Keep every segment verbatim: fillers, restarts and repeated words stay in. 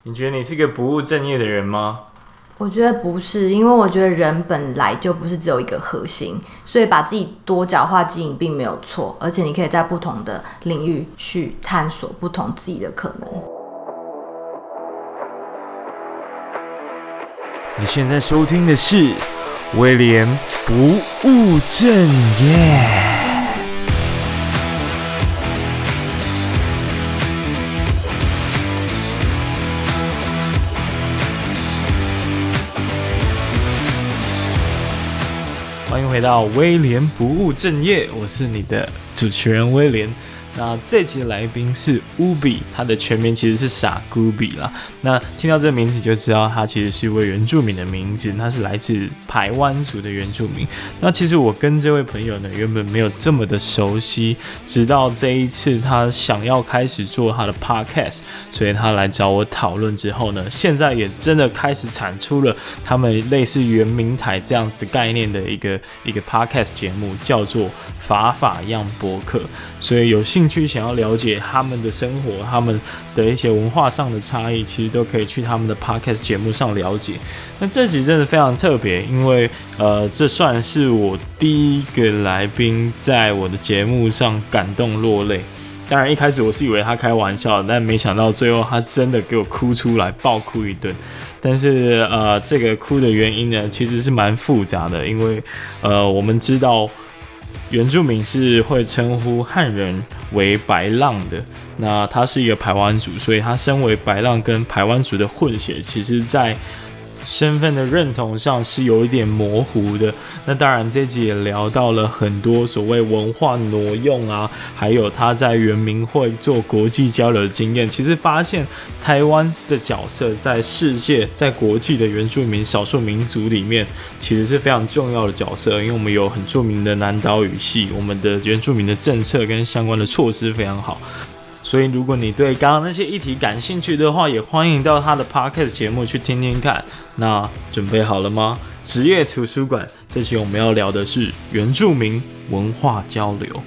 你觉得你是个不务正业的人吗？ 我觉得不是，因为我觉得人本来就不是只有一个核心，所以把自己多角化经营并没有错，而且你可以在不同的领域去探索不同自己的可能。 你现在收听的是威廉不务正业。欢迎回到威廉不务正业，我是你的主持人威廉。那这期的来宾是乌比，他的全名其实是傻姑比啦。那听到这个名字就知道，他其实是一位原住民的名字，他是来自排湾族的原住民。那其实我跟这位朋友呢，原本没有这么的熟悉，直到这一次他想要开始做他的 podcast， 所以他来找我讨论之后呢，现在也真的开始产出了他们类似原民台这样子的概念的一个一个 podcast 节目，叫做法法样播客。所以有兴趣想要了解他们的生活，他们的一些文化上的差异，其实都可以去他们的 podcast 节目上了解。那这集真的非常特别，因为呃，这算是我第一个来宾在我的节目上感动落泪。当然一开始我是以为他开玩笑，但没想到最后他真的给我哭出来，爆哭一顿。但是呃，这个哭的原因呢，其实是蛮复杂的，因为呃，我们知道原住民是会称呼汉人为白浪的，那他是一个排湾族，所以他身为白浪跟排湾族的混血，其实在身份的认同上是有一点模糊的。那当然这集也聊到了很多所谓文化挪用啊，还有他在原民会做国际交流的经验。其实发现台湾的角色在世界在国际的原住民少数民族里面其实是非常重要的角色，因为我们有很著名的南岛语系，我们的原住民的政策跟相关的措施非常好。所以如果你对刚刚那些议题感兴趣的话，也欢迎到他的 podcast 节目去听听看。那准备好了吗？职业图书馆，这期我们要聊的是原住民文化交流。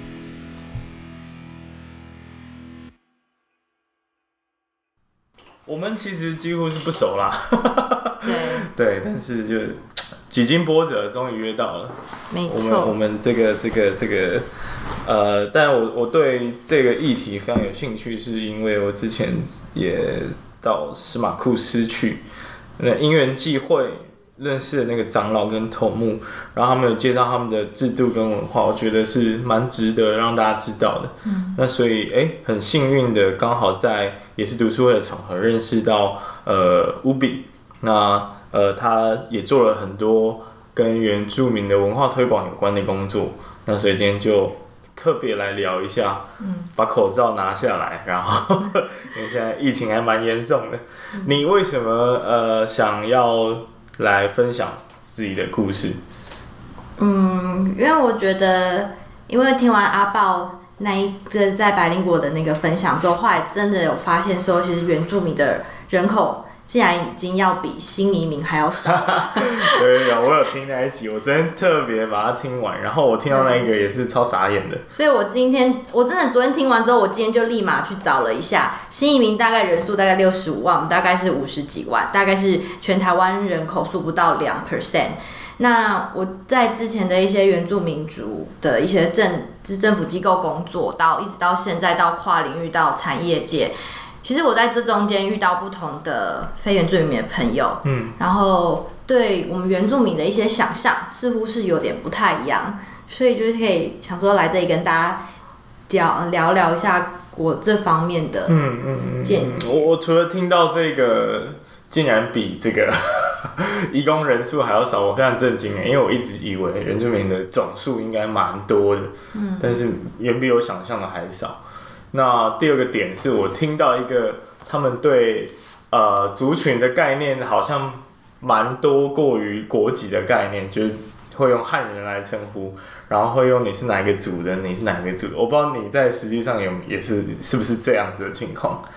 我们其实几乎是不熟啦， 对对，但是就几经波折，终于约到了。 没错， 我们我们这个这个这个呃，但我我对这个议题非常有兴趣，是因为我之前也到司马库斯去，那因缘际会认识了那个长老跟头目，然后他们有介绍他们的制度跟文化，我觉得是蛮值得让大家知道的。嗯，那所以哎，很幸运的刚好在也是读书会的场合认识到呃乌比，那呃他也做了很多跟原住民的文化推广有关的工作，那所以今天就特别来聊一下，嗯，把口罩拿下来，然后因为现在疫情还蛮严重的，嗯，你为什么呃想要来分享自己的故事？ 嗯，因为我觉得，因为听完阿豹那一个在百灵果的那个分享之后，后来真的有发现说，其实原住民的人口竟然已经要比新移民还要少。 对对对，我有听那一集，我真的特别把它听完，然后我听到那个也是超傻眼的。 所以我今天，我真的昨天听完之后，我今天就立马去找了一下，新移民大概人数大概六十五万，我们大概是五十几万，大概是全台湾人口数不到两 percent。那我在之前的一些原住民族的一些政政府机构工作，到一直到现在到跨领域到产业界。其实我在这中间遇到不同的非原住民的朋友，嗯，然后对我们原住民的一些想象似乎是有点不太一样，所以就是可以想说来这里跟大家聊聊聊一下我这方面的见解。 嗯嗯嗯、我我除了听到这个竟然比这个移工人数还要少，我非常震惊，因为我一直以为原住民的总数应该蛮多的，嗯，但是远比我想象的还少。那第二个点是我听到一个他们对呃族群的概念好像蛮多过于国籍的概念，就是会用汉人来称呼，然后会用你是哪一个族的，你是哪一个族的。我不知道你在实际上有也是是不是这样子的情况？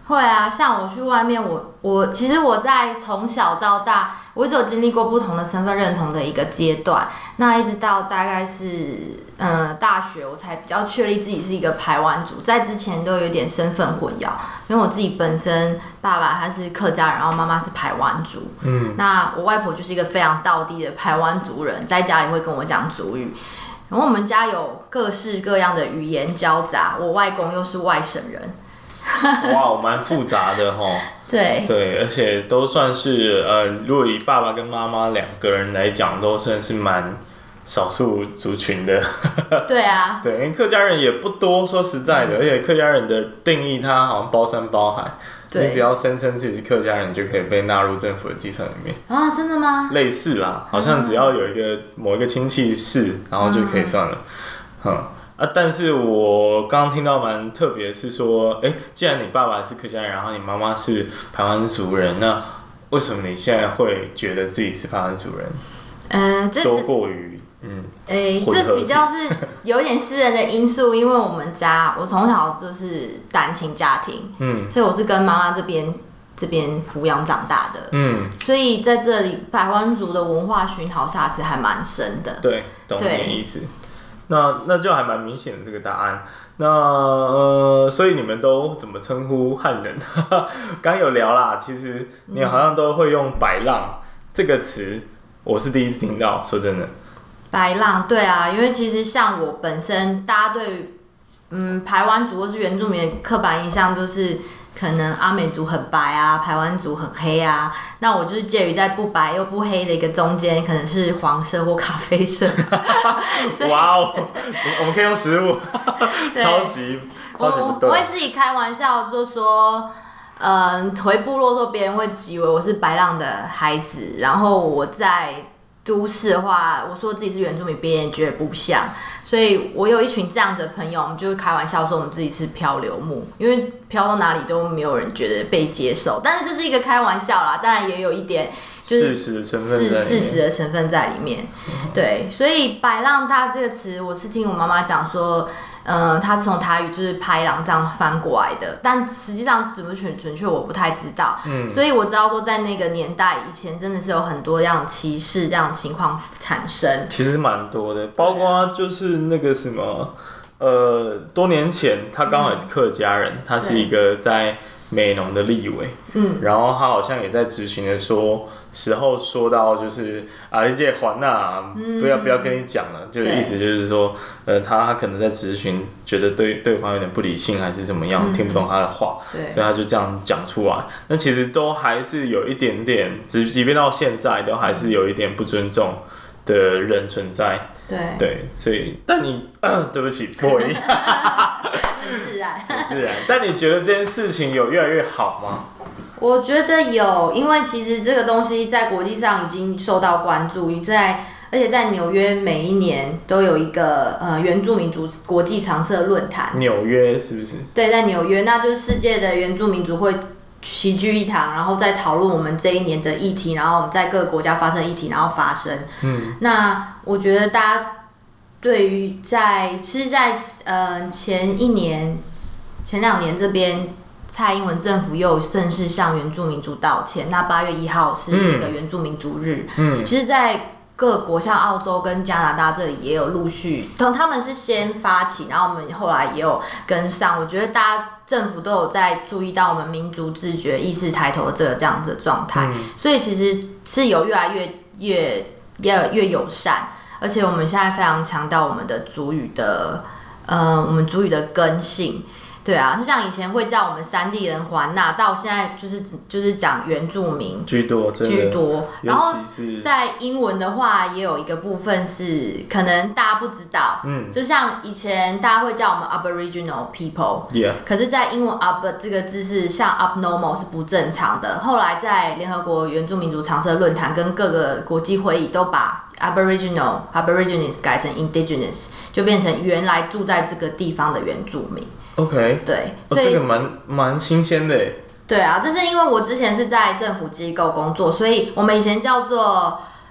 会啊，像我去外面，我我其实我在从小到大，我一直有经历过不同的身份认同的一个阶段。那一直到大概是嗯、呃、大学，我才比较确立自己是一个排湾族，在之前都有点身份混淆，因为我自己本身爸爸他是客家人，然后妈妈是排湾族。嗯，那我外婆就是一个非常道地的排湾族人，在家里会跟我讲族语。然后我们家有各式各样的语言交杂，我外公又是外省人。 哇，蛮复杂的齁。 对对，而且都算是呃，如果以爸爸跟妈妈两个人来讲，都算是蛮少数族群的。 对啊， 对，因为客家人也不多，说实在的，嗯、而且客家人的定义，它好像包山包海。你只要声称自己是客家人，就可以被纳入政府的继承里面。 啊，真的吗？ 类似啦，好像只要有一个某一个亲戚是，然后就可以算了。嗯。嗯啊，但是我刚刚听到蛮特别，是说，哎、欸，既然你爸爸是客家人，然后你妈妈是排湾族人，那为什么你现在会觉得自己是排湾族人？ 呃，这多过于嗯， 哎、欸，这比较是有点私人的因素，因为我们家我从小就是单亲家庭，嗯，所以我是跟妈妈这边这边抚养长大的，嗯，所以在这里排湾族的文化熏陶下，其实还蛮深的。 对，懂你的意思。那那就还蛮明显的这个答案。那呃，所以你们都怎么称呼汉人？刚有聊啦，其实你好像都会用"白浪"这个词，我是第一次听到。说真的， 白浪，对啊，因为其实像我本身，大家对于嗯排湾族或是原住民的刻板印象就是。可能阿美族很白啊，排湾族很黑啊，那我就是介于在不白又不黑的一个中间，可能是黄色或咖啡色。 哇哦，我们可以用食物，超级超级不对。 我会自己开玩笑就说，嗯、呃，回部落的时候，别人会以为我是白浪的孩子，然后我在都市的话，我说自己是原住民，别人觉得不像。所以我有一群这样的朋友，我们就会开玩笑说我们自己是漂流木，因为飘到哪里都没有人觉得被接受。但是这是一个开玩笑啦，当然也有一点就是事实的成分在里面， 事实的成分在里面。对，所以白浪它这个词，我是听我妈妈讲说，嗯，它是从台语就是拍浪这样翻过来的，但实际上准不准准确我不太知道。嗯，所以我知道说在那个年代以前真的是有很多这样歧视这样的情况产生。 其实蛮多的，包括就是那个什么，呃，多年前他刚好也是客家人，嗯、他是一个在美浓的立委，嗯，然后他好像也在执行的说时候说到就是啊，你这还呐，不要不要跟你讲了，就是意思就是说，呃，他他可能在质询，觉得对对方有点不理性还是怎么样，嗯、听不懂他的话，对，所以他就这样讲出来。那其实都还是有一点点，即即便到现在都还是有一点不尊重的人存在。 对对，所以但你、呃、对不起，不好意思， 很自然， 很自然。但你觉得这件事情有越来越好吗？ 我觉得有，因为其实这个东西在国际上已经受到关注，在而且在纽约每一年都有一个呃原住民族国际常设论坛。 纽约是不是？ 对，在纽约，那就是世界的原住民族会齐聚一堂，然后再讨论我们这一年的议题，然后我们在各个国家发生的议题，然后发生。嗯，那我觉得大家对于在其实在，在呃前一年、前两年这边。蔡英文政府又有正式向原住民族道歉。那八月一号是那个原住民族日。嗯，其实，在各国像澳洲跟加拿大这里也有陆续，他们是先发起，然后我们后来也有跟上。我觉得大家政府都有在注意到我们民族自觉意识抬头的这个这样子的状态，嗯、所以其实是有越来越越越越友善，而且我们现在非常强调我们的族语的，呃，我们族语的根性。对啊，就像以前会叫我们山地人还纳，到现在就是就是讲原住民居多， 居多。然后在英文的话，也有一个部分是可能大家不知道，嗯，就像以前大家会叫我们 Aboriginal people，yeah. 可是，在英文 ab 这个字是像 abnormal 是不正常的。后来在联合国原住民族常设论坛跟各个国际会议都把 Aboriginal Aborigines 改成 Indigenous， 就变成原来住在这个地方的原住民。 OK， 对， 所以、哦、这个蛮蛮新鲜的耶。 对啊，这是因为我之前是在政府机构工作，所以我们以前叫做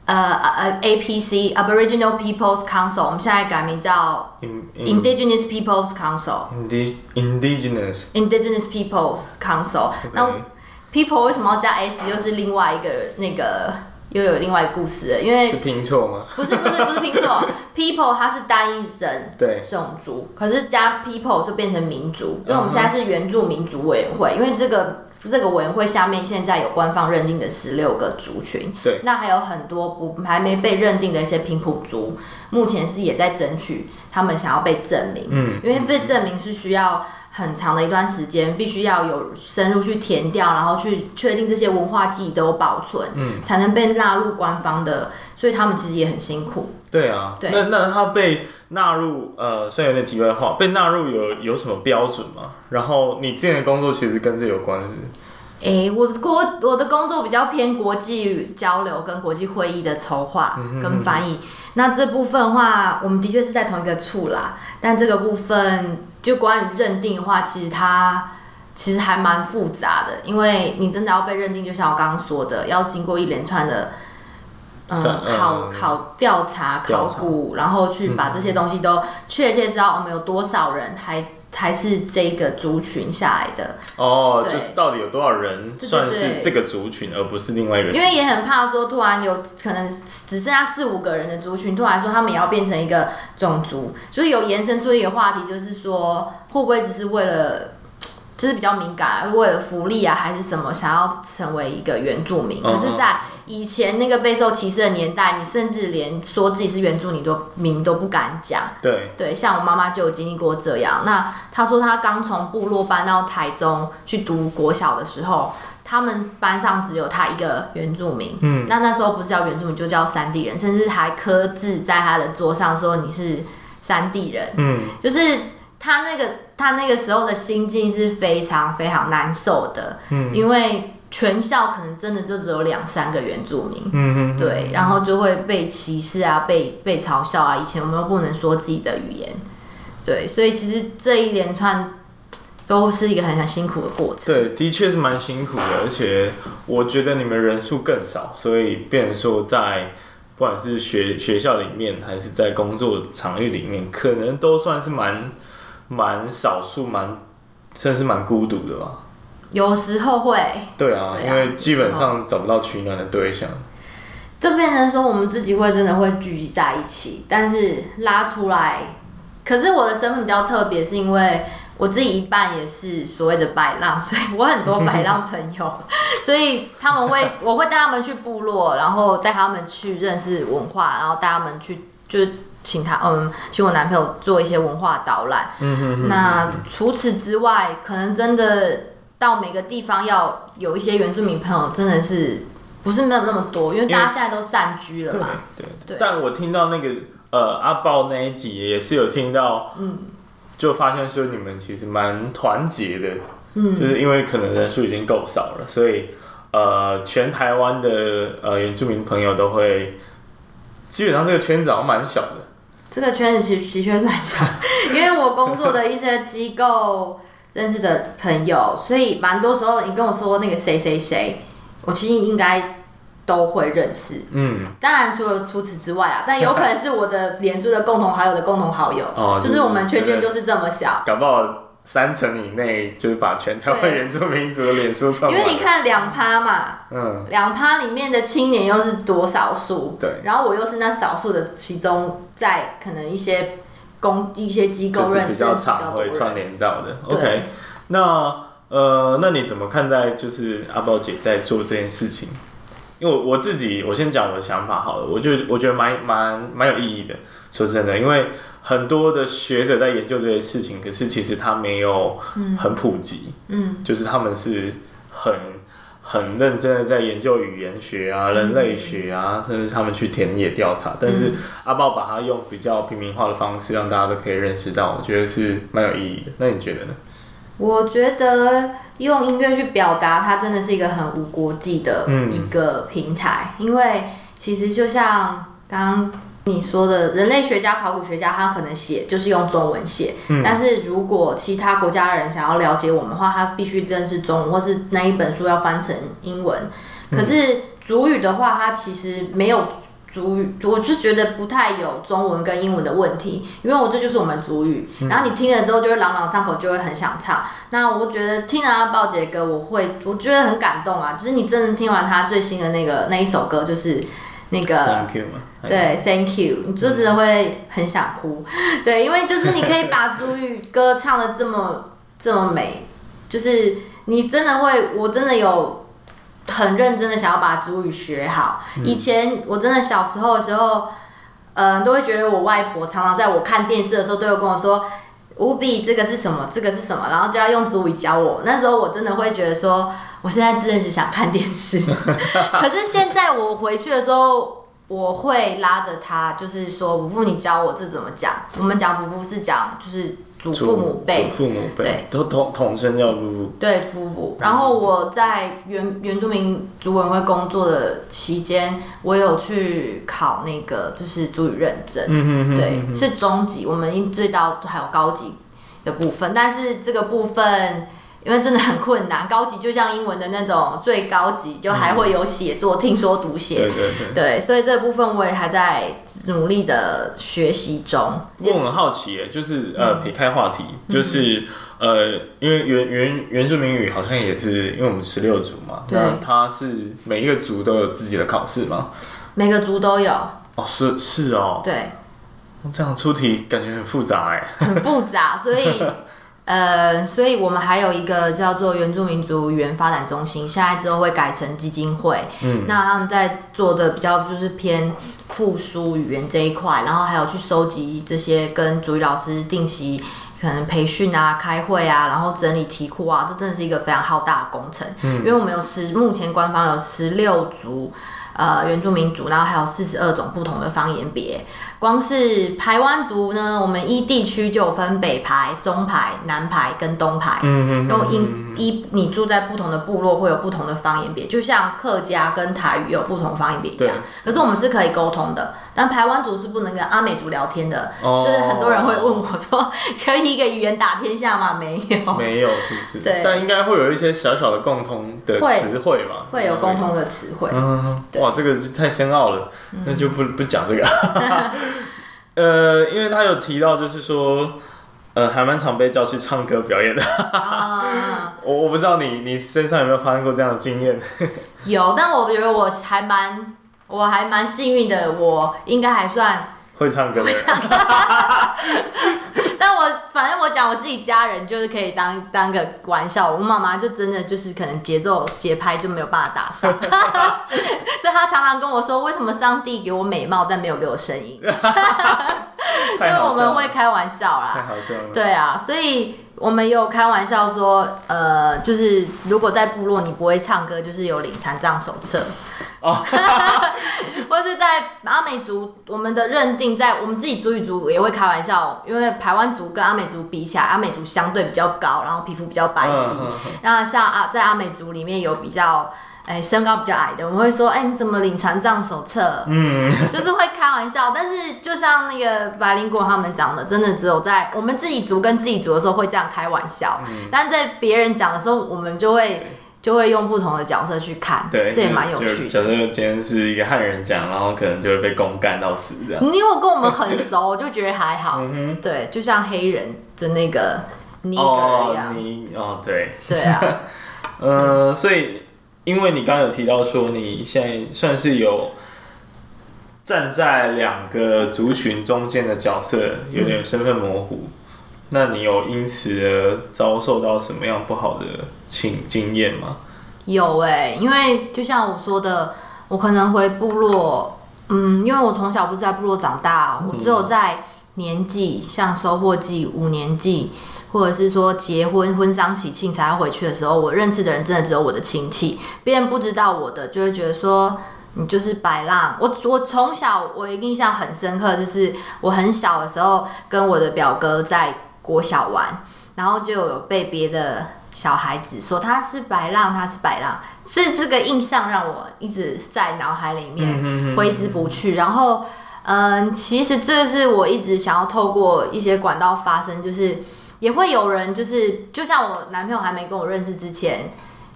呃呃 A P C Aboriginal People's Council， 我们现在改名叫 Indigenous People's Council。Indigenous Indigenous People's Council。那 People 为什么要加 S？ 又是另外一个那个。又有另外一个故事了，因为是拼错吗？ 不是不是不是拼错，people 它是单一人对种族，可是加 people 就变成民族，因为我们现在是原住民族委员会，因为这个这个委员会下面现在有官方认定的十六个族群， 对， 那还有很多不还没被认定的一些平埔族，目前是也在争取他们想要被证明，嗯，因为被证明是需要很长的一段时间，必须要有深入去填掉，然后去确定这些文化记忆都有保存，嗯，才能被纳入官方的，所以他们其实也很辛苦。对啊，对，那那他被纳入，呃，虽然有点题外话，被纳入有有什么标准吗？然后你之前的工作其实跟这有关，是不是？ 欸、我国我的工作比较偏国际交流跟国际会议的筹划跟翻译，嗯、那这部分的话，我们的确是在同一个处啦，但这个部分就关于认定的话，其实它其实还蛮复杂的，因为你真的要被认定，就像我刚刚说的，要经过一连串的。嗯，考考调查、考古，然后去把这些东西都确切知道我们有多少人还还是这个族群下来的。 哦，就是到底有多少人算是这个族群，而不是另外一个族群。 因为也很怕说，突然有可能只剩下四五个人的族群，突然说他们也要变成一个种族，所以有延伸出一个话题，就是说会不会只是为了。就是比较敏感，为了福利啊，还是什么，想要成为一个原住民。可是，在以前那个备受歧视的年代，你甚至连说自己是原住民都民都不敢讲。 对对，像我妈妈就有经历过这样。那她说，她刚从部落搬到台中去读国小的时候，他们班上只有她一个原住民。嗯，那那时候不是叫原住民，就叫山地人，甚至还刻字在她的桌上说你是山地人。嗯，就是。他那个他那个时候的心境是非常非常难受的，嗯，因为全校可能真的就只有两三个原住民，嗯嗯，对，然后就会被歧视啊，被被嘲笑啊，以前我们又不能说自己的语言，对，所以其实这一连串都是一个很很辛苦的过程。 对，的确是蛮辛苦的，而且我觉得你们人数更少，所以变成说在不管是学学校里面还是在工作场域里面，可能都算是蛮。蛮少数，蛮甚至蛮孤独的吧。 有时候会。 对啊，对啊，因为基本上找不到取暖的对象， 就变成说我们自己会真的会聚集在一起，但是拉出来。可是我的身份比较特别，是因为我自己一半也是所谓的白浪，所以我很多白浪朋友，所以他们会，我会带他们去部落，然后带他们去认识文化，然后带他们去就是。请他嗯，请我男朋友做一些文化导览。嗯哼哼。那除此之外，可能真的到每个地方要有一些原住民朋友，真的是不是没有那么多，因为大家现在都散居了嘛。 对 对, 对。但我听到那个呃阿豹那一集也是有听到，嗯，就发现说你们其实蛮团结的，嗯，就是因为可能人数已经够少了，所以呃全台湾的呃原住民朋友都会，基本上这个圈子好像蛮小的。 这个圈子其实的确是蛮小，因为我工作的一些机构认识的朋友，所以蛮多时候你跟我说那个谁谁谁，我其实应该都会认识。嗯，当然除了除此之外啊，但有可能是我的脸书的共同好友的共同好友，哦、就是我们圈圈就是这么小， 搞不好。三层以内就是把全台湾原住民族的脸书创完， 因为你看两趴嘛，嗯，两趴里面的青年又是多少数？ 对， 然后我又是那少数的其中，在可能一些公一些机构认识比较常会串联到的。OK， 那呃，那你怎么看待就是阿豹姐在做这件事情？因为我我自己，我先讲我的想法好了，我就我觉得蛮蛮蛮有意义的。说真的，因为很多的学者在研究这些事情，可是其实他没有很普及，嗯，就是他们是很很认真的在研究语言学啊、人类学啊，甚至他们去田野调查。但是阿豹把它用比较平民化的方式，让大家都可以认识到，我觉得是蛮有意义的。那你觉得呢？ 我觉得用音乐去表达，它真的是一个很无国际的一个平台，嗯、因为其实就像刚刚你说的，人类学家、考古学家，他可能写就是用中文写，嗯、但是如果其他国家的人想要了解我们的话，他必须认识中文，或是那一本书要翻成英文。可是族语的话，它其实没有族语，我就觉得不太有中文跟英文的问题，因为我这就是我们族语，然后你听了之后就会朗朗上口，就会很想唱。那我觉得听了阿豹姐的歌，我会我觉得很感动啊，就是你真的听完她最新的那个那一首歌，就是那个 Thank you 嘛， 对 Thank you， 你就真的会很想哭，对，因为就是你可以把族语歌唱的这么这么美，就是你真的会，我真的有。很认真的想要把族语学好。以前我真的小时候的时候，呃，都会觉得我外婆常常在我看电视的时候，都有跟我说“五比这个是什么，这个是什么”，然后就要用族语教我。那时候我真的会觉得说，我现在真的只想看电视。可是现在我回去的时候，我会拉着他，就是说：“伯父，你教我这怎么讲？”我们讲伯父是讲就是祖父母辈， 祖父母辈， 对， 都统统称叫伯父。 对，夫妇。然后我在原原住民族委员会工作的期间，我有去考那个就是族语认证， 嗯哼哼对， 哼哼是中级，我们最到还有高级的部分，但是这个部分。因为真的很困难，高级就像英文的那种最高级，就还会有写作、嗯、听说读写， 对对对， 对，所以这部分我也还在努力的学习中。 我很好奇耶，就是呃，撇开话题，嗯、就是呃，因为原原原住民语好像也是，因为我们十六族嘛，那它是每一个族都有自己的考试吗？ 每个族都有。 哦，是是哦， 对， 这样出题感觉很复杂哎， 很复杂，所以。呃，所以我们还有一个叫做原住民族语言发展中心，现在之后会改成基金会。嗯，那他们在做的比较就是偏复苏语言这一块，然后还有去收集这些跟族语老师定期可能培训啊、开会啊，然后整理题库啊，这真的是一个非常浩大的工程。嗯，因为我们有十，目前官方有十六族呃原住民族，然后还有四十二种不同的方言别。光是排湾族呢，我们依地区就有分北排、中排、南排跟东排。嗯嗯。用因依你住在不同的部落，会有不同的方言别，就像客家跟台语有不同方言别一样。可是我们是可以沟通的，但排湾族是不能跟阿美族聊天的。哦。就是很多人会问我说，可以一个语言打天下吗？没有。 没有，是不是？ 对。 但应该会有一些小小的共通的词汇吧？ 会有共通的词汇。 嗯。哇，这个太深奥了，嗯、那就不不讲这个。呃，因为他有提到，就是说，呃，还蛮常被叫去唱歌表演的。啊、我我不知道你你身上有没有发生过这样的经验？ 有，但我觉得我还蛮我还蛮幸运的，我应该还算会唱歌的。 会唱歌。但我反正我讲我自己家人就是可以当当个玩笑，我妈妈就真的就是可能节奏节拍就没有办法打上，所以她常常跟我说，为什么上帝给我美貌但没有给我声音？因为我们会开玩笑啦， 太好笑了。 对啊，所以我们也有开玩笑说，呃，就是如果在部落你不会唱歌，就是有领残障手册。哦，或是在阿美族，我们的认定，在我们自己族语族也会开玩笑，因为排湾族跟阿美族比起来，阿美族相对比较高，然后皮肤比较白皙。嗯嗯嗯、那像阿在阿美族里面有比较。哎，身高比较矮的，我们会说，哎，你怎么领残障手册？嗯，就是会开玩笑。但是就像那个百灵果他们讲的，真的只有在我们自己族跟自己族的时候会这样开玩笑，嗯、但在别人讲的时候，我们就会就会用不同的角色去看，对，这也蛮有趣的。 假设今天是一个汉人讲，然后可能就会被公干到死这样。 你如果跟我们很熟，我就觉得还好。嗯、对，就像黑人的那个尼格一样。 哦，你哦，对。 对啊。 呃，所以。因为你刚刚有提到说，你现在算是有站在两个族群中间的角色，有点身份模糊。嗯、那你有因此而遭受到什么样不好的经经验吗？ 有哎、欸，因为就像我说的，我可能回部落，嗯，因为我从小不是在部落长大，我只有在年纪，像收获季、五年祭。或者是说结婚、婚丧喜庆才要回去的时候，我认识的人真的只有我的亲戚，别人不知道我的，就会觉得说你就是白浪。我我从小我印象很深刻，就是我很小的时候跟我的表哥在国小玩，然后就有被别的小孩子说他是白浪，他是白浪，是这个印象让我一直在脑海里面挥之不去。然后，嗯，其实这是我一直想要透过一些管道发声，就是。也会有人就是，就像我男朋友还没跟我认识之前，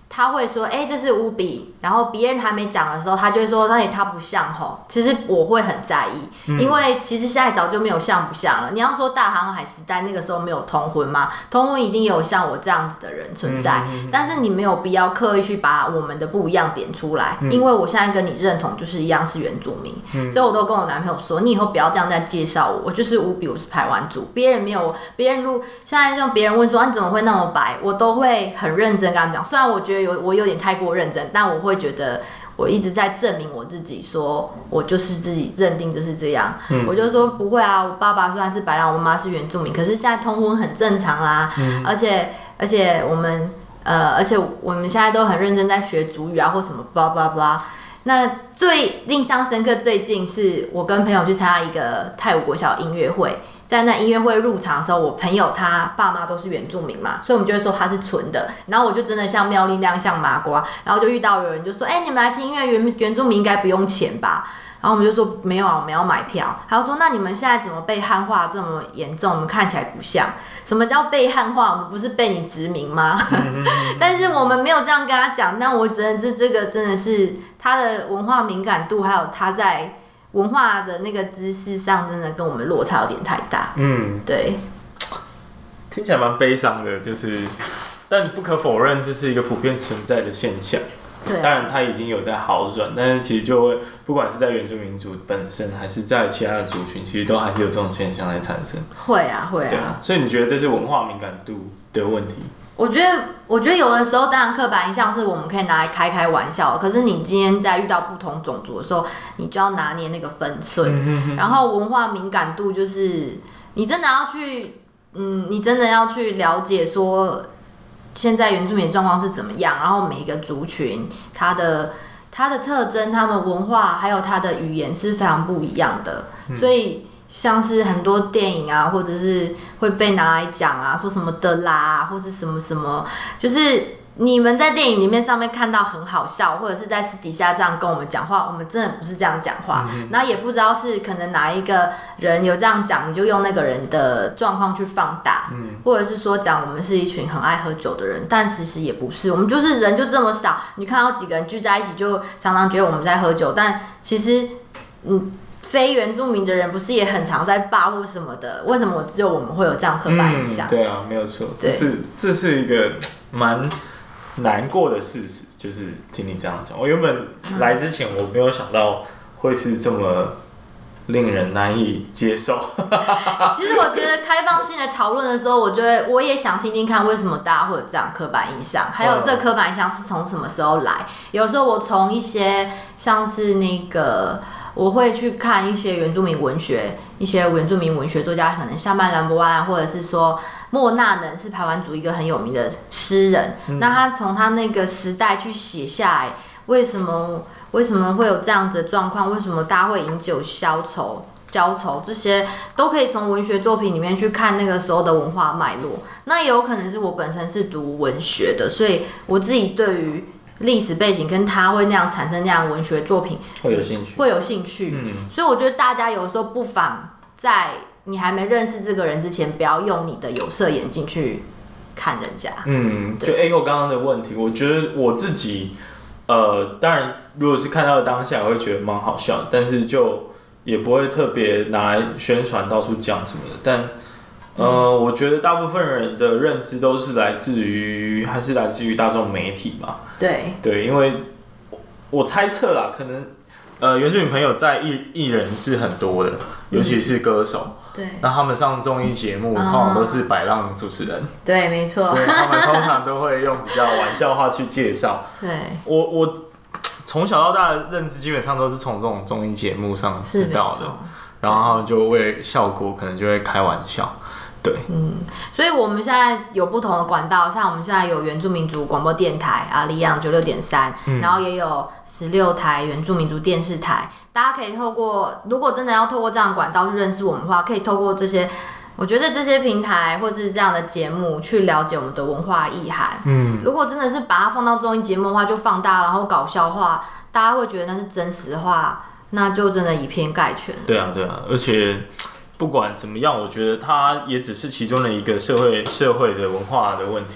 他会说，哎、欸，这是乌比，然后别人还没讲的时候，他就会说，那也他不像吼。其实我会很在意，嗯、因为其实现在早就没有像不像了。你要说大航海时代那个时候没有同婚吗？同婚一定有像我这样子的人存在，嗯、但是你没有必要刻意去把我们的不一样点出来，嗯、因为我现在跟你认同就是一样是原住民，嗯、所以我都跟我男朋友说，你以后不要这样再介绍我，我就是乌比，我是排湾族，别人没有，别人如现在让别人问说、啊、你怎么会那么白，我都会很认真跟他们讲，虽然我觉得有我有点太过认真，但我会觉得我一直在证明我自己，说我就是自己认定就是这样。嗯、我就说不会啊，我爸爸虽然是白人，我妈是原住民，可是现在通婚很正常啦。嗯、而且而且我们呃，而且我们现在都很认真在学族语啊，或什么 blah blah blah。那最印象深刻，最近是我跟朋友去参加一个泰武国小音乐会。在那音乐会入场的时候，我朋友他爸妈都是原住民嘛，所以我们就会说他是纯的。然后我就真的像妙丽那样像麻瓜，然后就遇到有人就说：“哎、欸，你们来听音乐，原原住民应该不用钱吧？”然后我们就说：“没有啊，我们要买票。”他说：“那你们现在怎么被汉化这么严重？我们看起来不像。什么叫被汉化？我们不是被你殖民吗？”但是我们没有这样跟他讲。但我只能这这个真的是他的文化敏感度，还有他在文化的那个知识上，真的跟我们落差有点太大。嗯，对， 听起来蛮悲伤的，就是，但不可否认，这是一个普遍存在的现象。对，当然它已经有在好转，但是其实就会，不管是在原住民族本身，还是在其他的族群，其实都还是有这种现象在产生。 会啊，会啊。 对啊，所以你觉得这是文化敏感度的问题？ 我觉得，我觉得有的时候，当然刻板印象是我们可以拿来开开玩笑的，可是你今天在遇到不同种族的时候，你就要拿捏那个分寸。嗯、然后文化敏感度就是你真的要去，嗯，你真的要去了解说现在原住民状况是怎么样，然后每一个族群它的它的特征、他们文化还有它的语言是非常不一样的，嗯、所以。像是很多电影啊，或者是会被拿来讲啊，说什么的啦，或是什么什么，就是你们在电影里面上面看到很好笑，或者是在私底下这样跟我们讲话，我们真的不是这样讲话，嗯、然后也不知道是可能哪一个人有这样讲，你就用那个人的状况去放大，嗯、或者是说讲我们是一群很爱喝酒的人，但其实也不是，我们就是人就这么少，你看到几个人聚在一起，就常常觉得我们在喝酒，但其实，嗯。非原住民的人不是也很常在霸或什么的？为什么只有我们会有这样刻板印象？ 嗯、对啊，没有错，这是这是一个蛮难过的事实，就是听你这样讲。我原本来之前我没有想到会是这么令人难以接受。 其实我觉得开放性的讨论的时候，我觉得我也想听听看为什么大家会有这样刻板印象，还有这刻板印象是从什么时候来？有时候我从一些像是那个。我会去看一些原住民文学，一些原住民文学作家，可能像曼兰博安，或者是说莫纳能是排湾族一个很有名的诗人。嗯、那他从他那个时代去写下来，为什么为什么会有这样子的状况？为什么大家会饮酒消愁？交愁这些都可以从文学作品里面去看那个时候的文化脉络。那也有可能是我本身是读文学的，所以我自己对于历史背景跟他会那样产生那样文学作品会有兴趣， 会有兴趣。嗯，所以我觉得大家有时候不妨在你还没认识这个人之前，不要用你的有色眼镜去看人家。 嗯，就 echo 刚刚的问题，我觉得我自己，呃，当然如果是看到当下，我会觉得蛮好笑的，但是就也不会特别拿来宣传到处讲什么的，但。呃，嗯、我觉得大部分人的认知都是来自于，还是来自于大众媒体嘛。 对对，因为我猜测啦，可能呃原住民朋友在艺艺人是很多的，尤其是歌手。嗯、对，那他们上综艺节目、嗯、通常都是摆浪主持人。 对，没错。 所以他们通常都会用比较玩笑话去介绍。 对， 我我从小到大的认知基本上都是从这种综艺节目上知道的，然后他们就为效果可能就会开玩笑。对， 嗯，所以我们现在有不同的管道，像我们现在有原住民族广播电台啊，里昂九六点三，然后也有十六台原住民族电视台，大家可以透过，如果真的要透过这样的管道去认识我们的话，可以透过这些，我觉得这些平台或者是这样的节目去了解我们的文化意涵。嗯，如果真的是把它放到综艺节目的话，就放大然后搞笑化，大家会觉得那是真实的话，那就真的以偏概全。 对啊，对啊，而且。不管怎么样，我觉得它也只是其中的一个社会社会的文化的问题，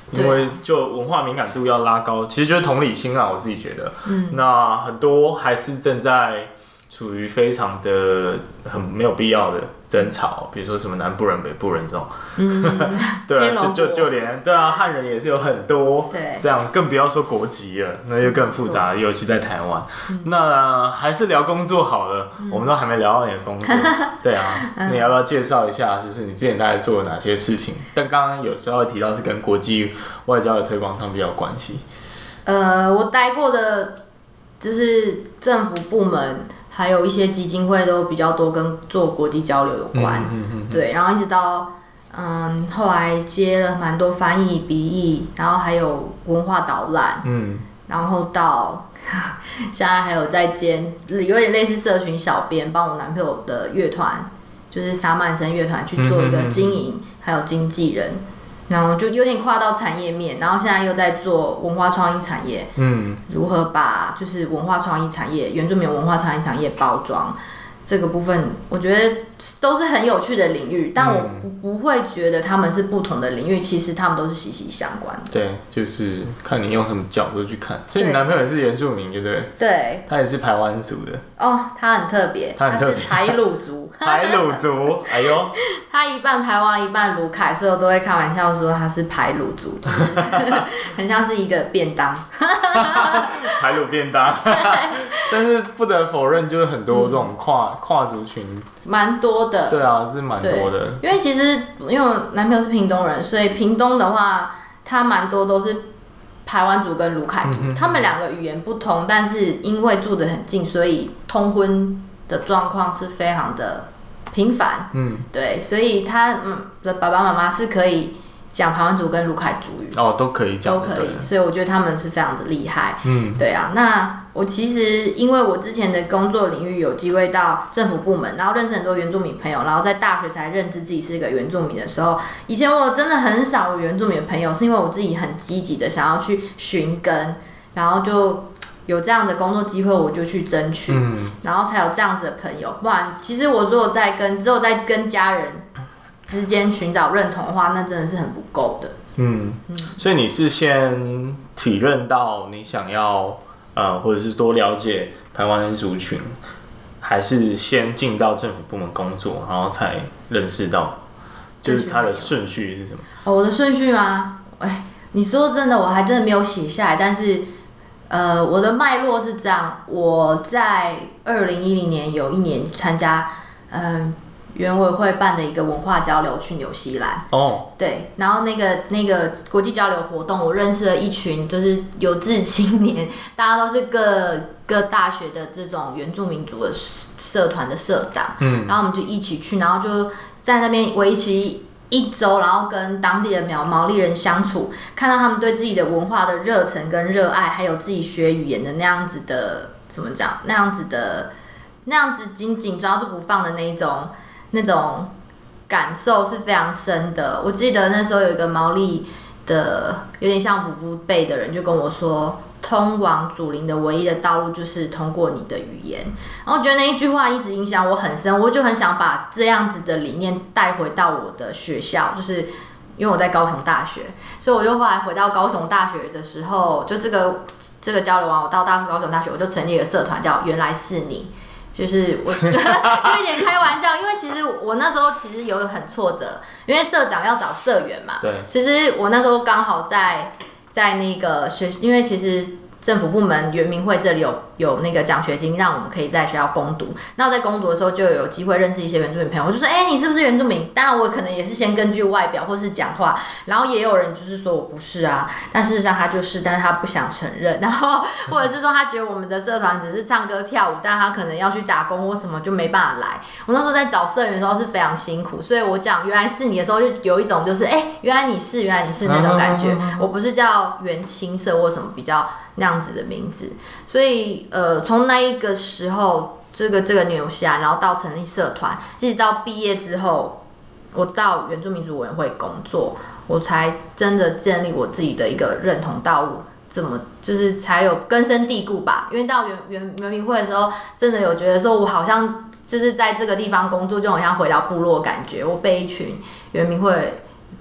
因为就文化敏感度要拉高，其实就是同理心啊，我自己觉得，嗯，那很多还是正在处于非常的很没有必要的争吵，比如说什么南部人、北部人这种，嗯，对啊，就就就连对啊，汉人也是有很多，对，这样更不要说国籍了，那就更复杂，尤其在台湾。嗯、那还是聊工作好了，嗯、我们都还没聊到你的工作，对啊，你要不要介绍一下，就是你之前大概做了哪些事情？但刚刚有时候提到是跟国际外交的推广上比较有关系。 呃，我待过的就是政府部门。还有一些基金会都比较多跟做国际交流有关，嗯嗯嗯、对，然后一直到嗯后来接了蛮多翻译、笔译，然后还有文化导览，嗯，然后到现在还有在兼有点类似社群小编，帮我男朋友的乐团，就是沙曼森乐团去做一个经营，嗯嗯嗯、还有经纪人。然后就有点跨到产业面，然后现在又在做文化创意产业，嗯，如何把就是文化创意产业、原住民文化创意产业包装这个部分，我觉得都是很有趣的领域，但我不不会觉得他们是不同的领域，其实他们都是息息相关的。 对，就是看你用什么角度去看。所以你男朋友也是原住民，对不对？ 对， 他也是排湾族的。 哦，他很特别，他, 他是排鲁族。 排鲁族，哎呦， 他一半排湾，一半鲁凯，所以我都会开玩笑说他是排鲁族，就是很像是一个便当。 排鲁便当。但是不得否认，就是很多这种跨、嗯、跨族群， 蛮多的。 对啊，是蛮多的。 因为其实因为我男朋友是屏东人，所以屏东的话，他蛮多都是排湾族跟鲁凯族，嗯、他们两个语言不同，但是因为住得很近，所以通婚的状况是非常的频繁。嗯，对，所以他嗯的爸爸妈妈是可以讲排湾族跟鲁凯族语哦，都可以讲， 都可以，所以我觉得他们是非常的厉害。嗯，对啊，那我其实因为我之前的工作领域有机会到政府部门，然后认识很多原住民朋友，然后在大学才认知自己是一个原住民的时候，以前我真的很少有原住民的朋友，是因为我自己很积极的想要去寻根，然后就有这样的工作机会，我就去争取，嗯、然后才有这样子的朋友。不然，其实我如果在跟只有在跟家人之间寻找认同的话，那真的是很不够的。嗯嗯，所以你是先体认到你想要呃，或者是多了解排湾人族群，还是先进到政府部门工作，然后才认识到，就是它的顺序是什么？ 哦，我的顺序吗？哎，你说真的，我还真的没有写下来，但是。呃，我的脉络是这样，我在二零一零年有一年参加，嗯、呃，原委会办的一个文化交流去纽西兰。哦。对，然后那个那个国际交流活动，我认识了一群就是有志青年，大家都是各各大学的这种原住民族的社团的社长。嗯。然后我们就一起去，然后就在那边为期一周，然后跟当地的苗毛利人相处，看到他们对自己的文化的热忱跟热爱，还有自己学语言的那样子的怎么讲，那样子的那样子紧紧抓住不放的那一种那种感受是非常深的。我记得那时候有一个毛利的有点像夫妇辈的人就跟我说，通往祖灵的唯一的道路就是通过你的语言。然后我觉得那一句话一直影响我很深，我就很想把这样子的理念带回到我的学校，就是因为我在高雄大学，所以我就后来回到高雄大学的时候，就这个这个交流完，我到大高雄大学，我就成立一个社团叫原来是你。就是我就有一点开玩笑，因为其实我那时候其实有很挫折，因为社长要找社员嘛。 对。 其实我那时候刚好在在那个学，因为其实政府部门原民会这里有有那个奖学金，让我们可以在学校攻读。那我在攻读的时候就有机会认识一些原住民朋友，我就说：“哎、欸，你是不是原住民？”当然，我可能也是先根据外表或是讲话，然后也有人就是说我不是啊，但事实上他就是，但是他不想承认。然后或者是说他觉得我们的社团只是唱歌跳舞，但他可能要去打工或什么就没办法来。我那时候在找社员的时候是非常辛苦，所以我讲原来是你的时候，就有一种就是哎、欸，原来你是，原来你是那种感觉。我不是叫原青社或什么比较那样子的名字，所以呃，从那一个时候，这个这个纽西兰，然后到成立社团，一直到毕业之后，我到原住民族委员会工作，我才真的建立我自己的一个认同道路，这么就是才有根深蒂固吧。因为到原原原民会的时候，真的有觉得说，我好像就是在这个地方工作，就好像回到部落感觉，我被一群原民会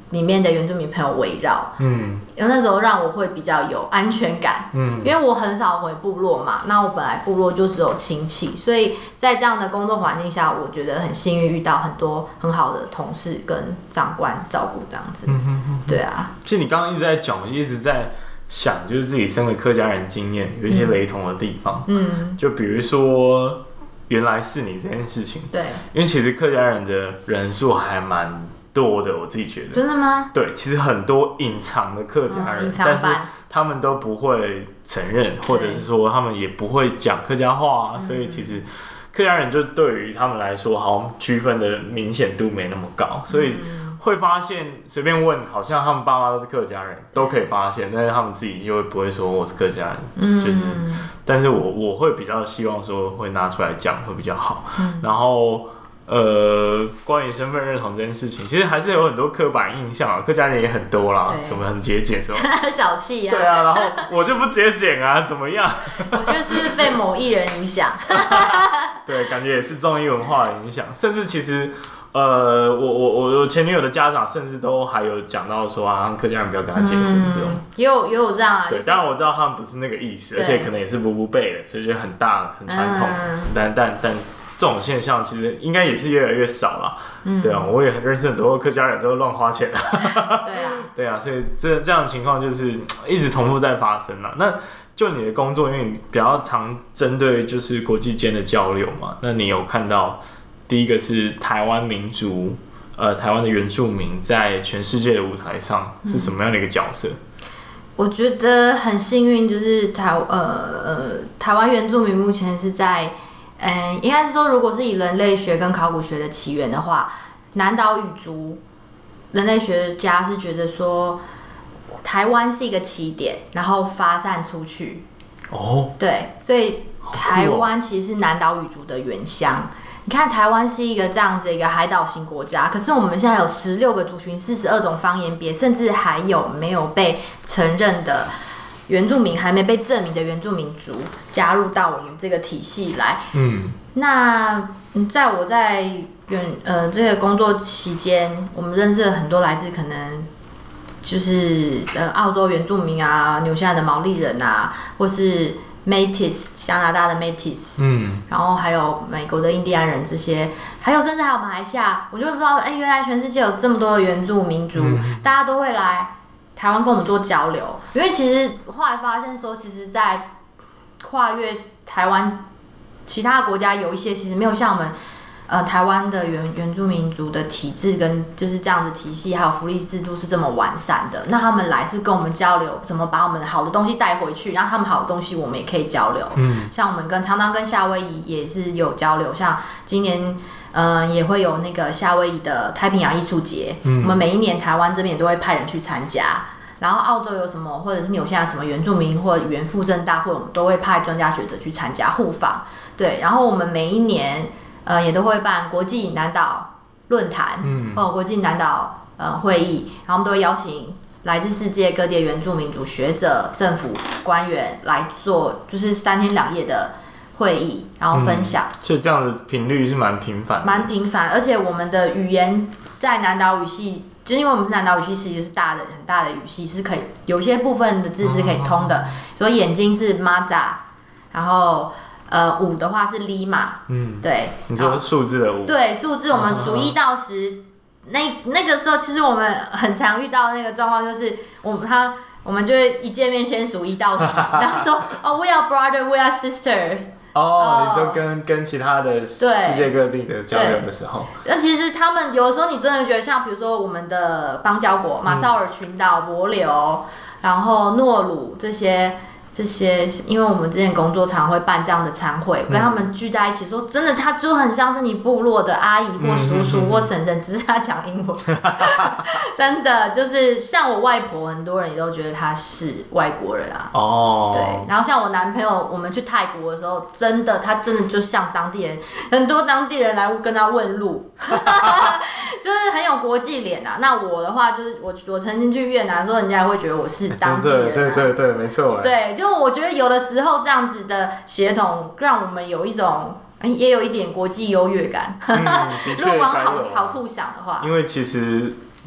里面的原住民朋友围绕，嗯，因为那时候让我会比较有安全感，嗯，因为我很少回部落嘛，那我本来部落就只有亲戚，所以在这样的工作环境下，我觉得很幸运遇到很多很好的同事跟长官照顾这样子，嗯哼哼，对啊。 其实你刚刚一直在讲，我一直在想，就是自己身为客家人经验有一些雷同的地方，嗯，就比如说原来是你这件事情， 对， 因为其实客家人的人数还蛮多的，我自己觉得。 真的吗？ 对，其实很多隐藏的客家人，嗯、但是他们都不会承认，或者是说他们也不会讲客家话、啊，所以其实客家人就对于他们来说，好像区分的明显度没那么高，所以会发现随便问，好像他们爸妈都是客家人，都可以发现，但是他们自己就不会说我是客家人，嗯、就是，但是我我会比较希望说会拿出来讲会比较好，嗯、然后。呃，关于身份认同这件事情，其实还是有很多刻板印象啊，客家人也很多啦，什么很节俭什么， 小气呀、啊， 对啊，然后我就不节俭啊，怎么样？ 我觉得是被某艺人影响， 对，感觉也是综艺文化的影响，甚至其实，呃，我我我前女友的家长甚至都还有讲到说啊，客家人不要跟他结婚、嗯、这种， 也有也有这样啊， 对，当然我知道他们不是那个意思，而且可能也是不不辈的，所以就很大很传统，嗯、但但但。这种现象其实应该也是越来越少了，嗯、对啊，我也很认识很多客家人都乱花钱， 对啊， 对啊，所以这这样的情况就是一直重复在发生了。那就你的工作，因为你比较常针对就是国际间的交流嘛，那你有看到第一个是台湾民族，呃，台湾的原住民在全世界的舞台上是什么样的一个角色？嗯、 我觉得很幸运，就是台呃呃台湾原住民目前是在。嗯，应该是说，如果是以人类学跟考古学的起源的话，南岛语族人类学家是觉得说，台湾是一个起点，然后发散出去。哦，对，所以台湾其实是南岛语族的原乡。你看，台湾是一个这样子一个海岛型国家，可是我们现在有十六个族群、四十二种方言别，甚至还有没有被承认的。原住民还没被证明的原住民族加入到我们这个体系来。嗯，那在我在原呃这个工作期间，我们认识了很多来自可能就是呃澳洲原住民啊、纽西兰的毛利人啊，或是 Métis 加拿大的 Métis， 嗯，然后还有美国的印第安人这些，还有甚至还有马来西亚，我就不知道，哎、欸，原来全世界有这么多的原住民族，嗯、大家都会来。台湾跟我们做交流，因为其实后来发现说，其实，在跨越台湾其他国家有一些其实没有像我们呃台湾的原原住民族的体制跟就是这样的体系，还有福利制度是这么完善的。那他们来是跟我们交流，怎么把我们好的东西带回去，然后他们好的东西我们也可以交流。嗯，像我们跟常常跟夏威夷也是有交流，像今年。呃，也会有那个夏威夷的太平洋艺术节，嗯、我们每一年台湾这边也都会派人去参加。然后澳洲有什么，或者是纽西兰什么原住民或原复振大会，我们都会派专家学者去参加互访。对，然后我们每一年呃也都会办国际南岛论坛，嗯，或者国际南岛呃会议，然后我们都会邀请来自世界各地的原住民族学者、政府官员来做，就是三天两夜的。会议，然后分享，嗯、 所以这样的频率是蛮频繁的， 蛮频繁，而且我们的语言在南岛语系，就是因为我们是南岛语系，其实是大的很大的语系，是可以有些部分的字是可以通的，哦、所以眼睛是 Maza， 然后呃五的话是 Lima， 嗯，对， 你说数字的五， 对，数字我们数一到十，哦、那那个时候其实我们很常遇到那个状况，就是我们他我们就会一见面先数一到十，然后说哦 ，We are brother, we are sisters。 哦，你说跟跟其他的世界各地的交流的时候， 那其实他们有的时候你真的觉得，像比如说我们的邦交国马绍尔群岛、帛琉，然后诺鲁这些这些，因为我们之前工作常会办这样的餐会，跟他们聚在一起说，真的，他就很像是你部落的阿姨或叔叔或婶婶，只是他讲英文，真的就是像我外婆，很多人也都觉得他是外国人啊。哦，对，然后像我男朋友，我们去泰国的时候，真的他真的就像当地人，很多当地人来跟他问路，就是很有国际脸啊。那我的话，就是我我曾经去越南的时候，人家也会觉得我是当地人、啊， 对对对，没错， 对，就我觉得有的时候这样子的协同，让我们有一种。也有一点国际优越感，嗯、 的确如果往好好处想的话， 因为其实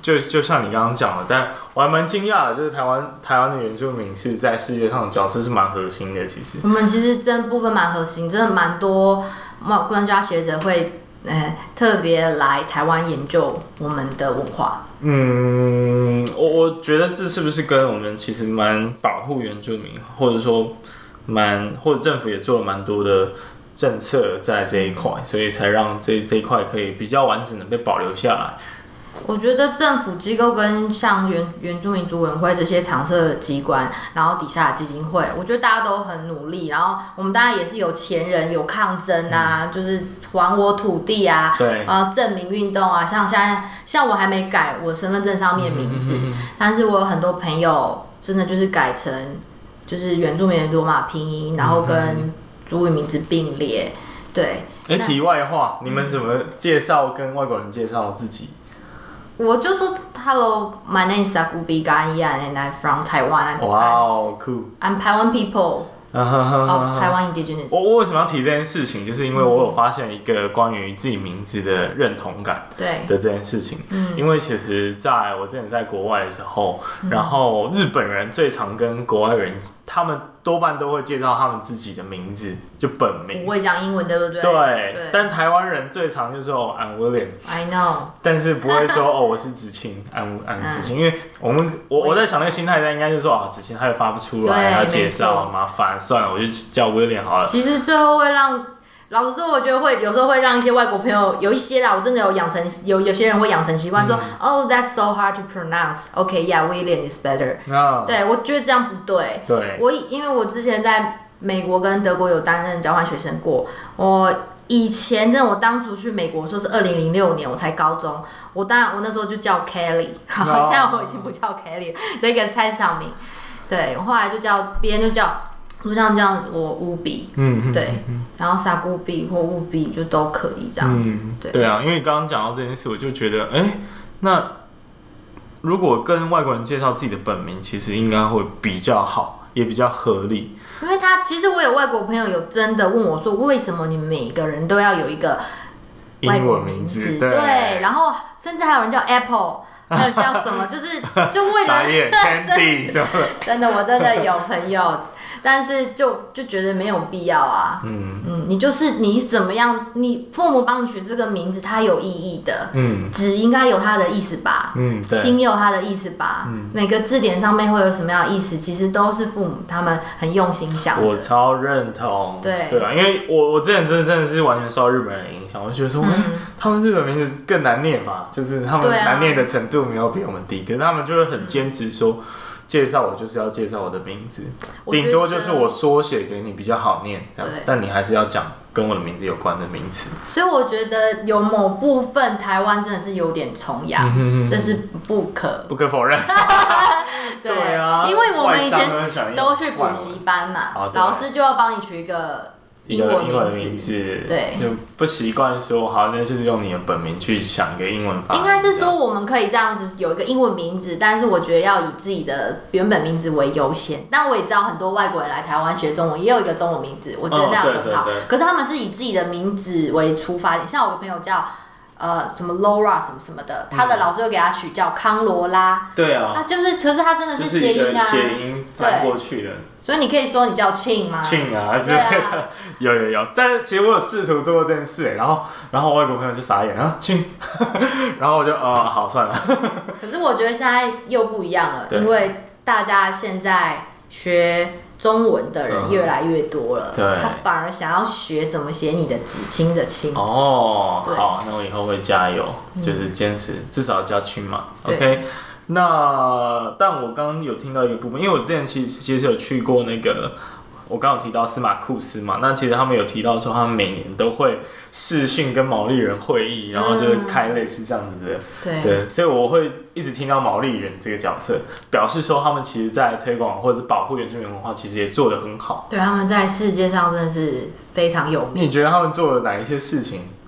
就就像你刚刚讲的，但我还蛮惊讶的，就是台湾台湾的原住民是在世界上的角色是蛮核心的。其实我们其实真部分蛮核心，真的蛮多专家学者会。呃、特别来台湾研究我们的文化。 嗯，我我觉得这是不是跟我们其实蛮保护原住民，或者说蛮或者政府也做了蛮多的政策在这一块，所以才让这这一块可以比较完整的被保留下来。 我觉得政府机构跟像 原, 原住民族委员会这些常设机关，然后底下的基金会，我觉得大家都很努力。然后我们当然也是有前人有抗争啊，嗯、就是还我土地啊， 对， 啊证明运动啊，像现在像我还没改我身份证上面名字，嗯嗯嗯嗯但是我有很多朋友真的就是改成就是原住民的罗马拼音，然后跟族语名字并列。对， 哎，题外话，你们怎么介绍跟外国人介绍自己？ 我就说 Hello, my name is Sagubi Ganyan and I'm from Taiwan. Wow, cool. I'm Taiwan people of Taiwan indigenous. 我我为什么要提这件事情？就是因为我有发现一个关于自己名字的认同感的这件事情。嗯、因为其实在我之前在国外的时候，嗯、然后日本人最常跟国外人，他们多半都会介绍他们自己的名字，就本名。 不会讲英文，对不对？ 对。对但台湾人最常就说 I'm William。I know。 但是不会说哦我是子清 ，I'm I'm 子清，因为我们我我在想那个心态，应该就是说啊子清他又发不出来，要介绍麻烦，算了，我就叫 William 好了。 其实最后会让。老实说，我觉得会有时候会让一些外国朋友有一些啦，我真的有养成有有些人会养成习惯说、嗯、，Oh that's so hard to pronounce. Okay, yeah, William is better.、Oh. 对，我觉得这样不对。 对， 我因为我之前在美国跟德国有担任交换学生过，我以前真的我当初去美国说是二零零六年，我才高中，我当然我那时候就叫 Kelly， 好， oh. 现在我已经不叫 Kelly， 这个菜市场名。对，我后来就叫别人就叫。就像这样，我乌比，嗯，对，嗯、然后沙古比或乌比就都可以这样子，嗯、对。 对啊，因为刚刚讲到这件事，我就觉得，哎、欸，那如果跟外国人介绍自己的本名，其实应该会比较好，也比较合理。 因为他其实我有外国朋友有真的问我说，为什么你们每个人都要有一个外国名字？ 英文名字，对， 对，然后甚至还有人叫 Apple。还有叫什么？就是就为了 Candy 什么的， 真的我真的有朋友，但是就就觉得没有必要啊。嗯嗯，你就是你怎么样，你父母帮你取这个名字，它有意义的。嗯，只应该有它的意思吧。嗯，亲有它的意思吧。嗯，每个字典上面会有什么样的意思，其实都是父母他们很用心想的。 我超认同。对对啊，因为我我之前真的真的是完全受到日本人影响，我就觉得说，嗯、他们日本名字更难念吧，就是他们难念的程度没有比我们低，可是他们就会很坚持说，介绍我就是要介绍我的名字，顶多就是我缩写给你比较好念，但你还是要讲跟我的名字有关的名词。 所以我觉得有某部分台湾真的是有点崇洋，嗯、这是不可不可否认。对, 对啊， 因为我们以前都去补习班嘛，老师就要帮你取一个。 英文名 字, 名字对，就不习惯说好，那就是用你的本名去想一个英文发音。 应该是说我们可以这样子有一个英文名字，但是我觉得要以自己的原本名字为优先。但我也知道很多外国人来台湾学中文，也有一个中文名字，我觉得这样很好。哦、对对对，可是他们是以自己的名字为出发点，像我的朋友叫。呃，什么 Laura 什么什么的，他的老师又给他取叫康罗拉。 对啊， 啊，就是，可是他真的是谐音啊， 谐音翻过去的。 所以你可以说你叫庆吗？ 庆啊之类的，啊、有有有。但是其实我有试图做过这件事，然后然后外国朋友就傻眼啊，庆，然后我就哦好算了。 可是我觉得现在又不一样了，因为大家现在学。中文的人越来越多了，嗯、他反而想要学怎么写你的子亲的亲。 哦，好，那我以后会加油，嗯、就是坚持，至少叫亲嘛。OK， 那但我刚刚有听到一个部分，因为我之前其实其实有去过那个。我刚刚有提到司马库斯嘛，那其实他们有提到说，他们每年都会视讯跟毛利人会议，然后就是开类似这样子的，嗯、对, 对，所以我会一直听到毛利人这个角色，表示说他们其实在推广或者是保护原住民文化，其实也做得很好。 对，他们在世界上真的是非常有名。 你觉得他们做了哪一些事情？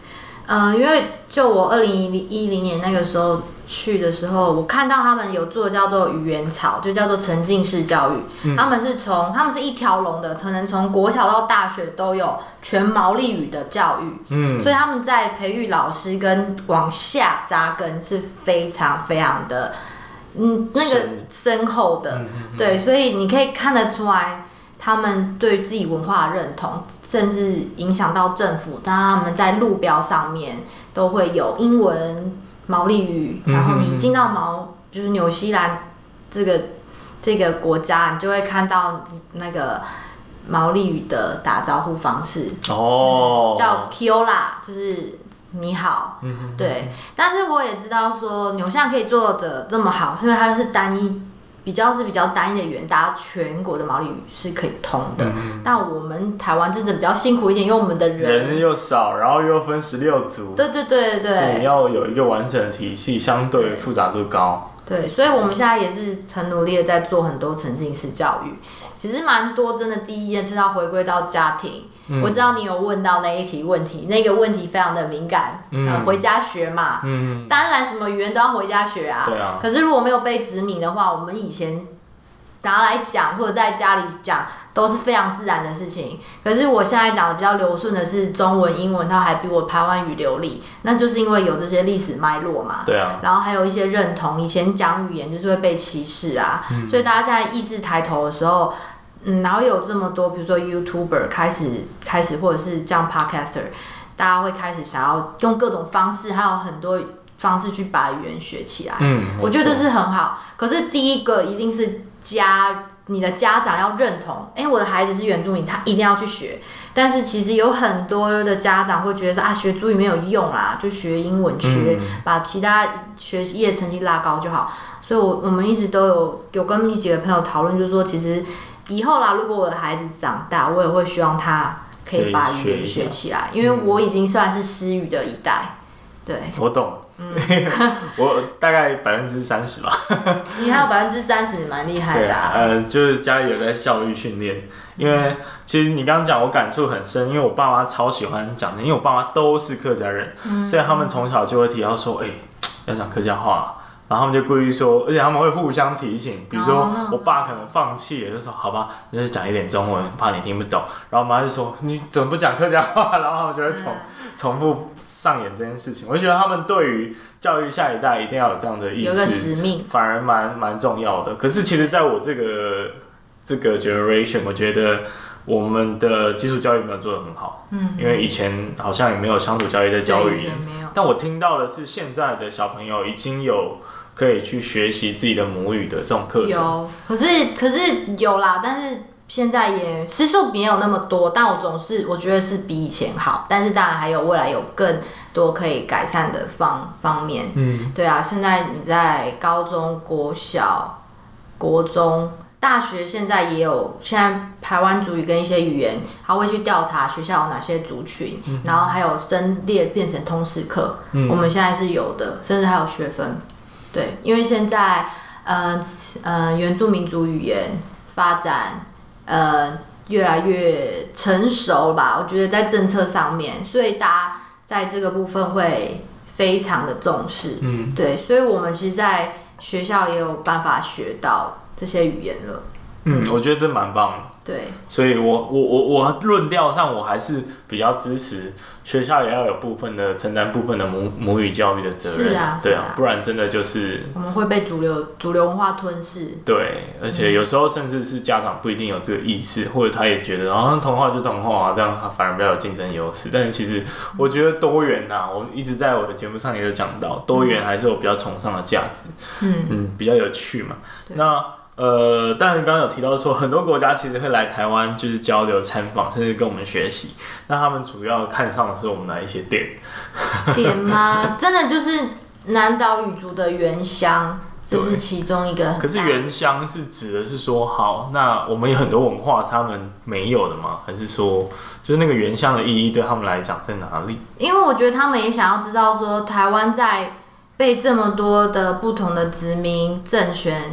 呃，因为就我二零一零年那个时候去的时候，我看到他们有做叫做语言草，就叫做沉浸式教育。嗯、他们是从他们是一条龙的，可能从国小到大学都有全毛利语的教育。嗯，所以他们在培育老师跟往下扎根是非常非常的，嗯，那个深厚的。嗯嗯、对，所以你可以看得出来。他们对自己文化的认同，甚至影响到政府，当他们在路标上面都会有英文、毛利语，然后你进到毛就是纽西兰这个这个国家，你就会看到那个毛利语的打招呼方式哦，叫 Kiola， 就是你好，嗯、对。但是我也知道说纽西兰可以做的这么好，是因为它是单一。比较是比较单一的语言，大家全国的毛利语是可以通的。嗯、但我们台湾真的比较辛苦一点，因为我们的人人又少，然后又分十六族。 对对对对， 所以你要有一个完整的体系，相对复杂度高。 对，所以我们现在也是很努力的在做很多沉浸式教育。其实蛮多，真的第一件事要回归到家庭。嗯、我知道你有问到那一题问题，那个问题非常的敏感。嗯呃、回家学嘛，嗯、当然什么语言都要回家学啊。 对啊。 可是如果没有被殖民的话，我们以前拿来讲或者在家里讲都是非常自然的事情。可是我现在讲的比较流顺的是中文、英文，它还比我台湾语流利，那就是因为有这些历史脉络嘛。 对啊。 然后还有一些认同，以前讲语言就是会被歧视啊，嗯、所以大家现在意识抬头的时候。嗯，然后有这么多，比如说 YouTuber 开始开始，或者是这样 Podcaster， 大家会开始想要用各种方式，还有很多方式去把语言学起来。嗯，我觉得这是很好。可是第一个一定是家，你的家长要认同，哎，我的孩子是原住民，他一定要去学。但是其实有很多的家长会觉得说啊，学族语没有用啦，就学英文，学、嗯、把其他学业成绩拉高就好。所以我，我我们一直都有有跟一几个朋友讨论，就是说其实。以后啦，如果我的孩子长大，我也会希望他可以把语言学起来，因为我已经算是失语的一代。对， 我懂，嗯、我大概百分之三十吧。 你还有百分之三十，蛮厉害的、啊。 呃，就是家里有在教育训练，因为其实你刚刚讲，我感触很深，因为我爸妈超喜欢讲的，因为我爸妈都是客家人，嗯、所以他们从小就会提到说，哎、欸，要讲客家话。然后他们就故意说，而且他们会互相提醒，比如说我爸可能放弃了，就说好吧，那就讲一点中文，怕你听不懂。然后我妈就说你怎么不讲客家话？然后他们就会重、嗯、重复上演这件事情。我觉得他们对于教育下一代一定要有这样的意识， 有个使命， 反而蛮蛮重要的。可是其实在我这个这个 generation， 我觉得我们的基础教育没有做得很好，嗯，因为以前好像也没有乡土教育在教语言，但我听到的是现在的小朋友已经有可以去学习自己的母语的这种课程。 有，可是可是有啦，但是现在也时数没有那么多，但我总是我觉得是比以前好，但是当然还有未来有更多可以改善的方方面。嗯，对啊，现在你在高中、国小、国中。大学现在也有，现在台湾族语跟一些语言，他会去调查学校有哪些族群，嗯、然后还有升列变成通识课，嗯、我们现在是有的，甚至还有学分。对，因为现在呃呃原住民族语言发展呃越来越成熟吧，我觉得在政策上面，所以大家在这个部分会非常的重视。嗯，对，所以我们其实在学校也有办法学到这些语言了。 嗯，我觉得这蛮棒的。 对， 所以我我我我论调上我还是比较支持学校也要有部分的承担部分的母母语教育的责任。 是啊， 对啊，不然真的就是我们会被主流主流文化吞噬。 对，而且有时候甚至是家长不一定有这个意识，或者他也觉得啊同化就同化啊，这样他反而比较有竞争优势。但是其实我觉得多元啊，我一直在我的节目上也有讲到，多元还是我比较崇尚的价值。嗯嗯，比较有趣嘛。那呃，当然刚刚有提到说，很多国家其实会来台湾就是交流、参访，甚至跟我们学习。那他们主要看上的是我们哪一些点？ 点吗？真的就是南岛语族的原乡，这是其中一个很大的。 可是原乡是指的是说，好，那我们有很多文化是他们没有的吗？还是说，就是那个原乡的意义对他们来讲在哪里？ 因为我觉得他们也想要知道说，台湾在被这么多的不同的殖民政权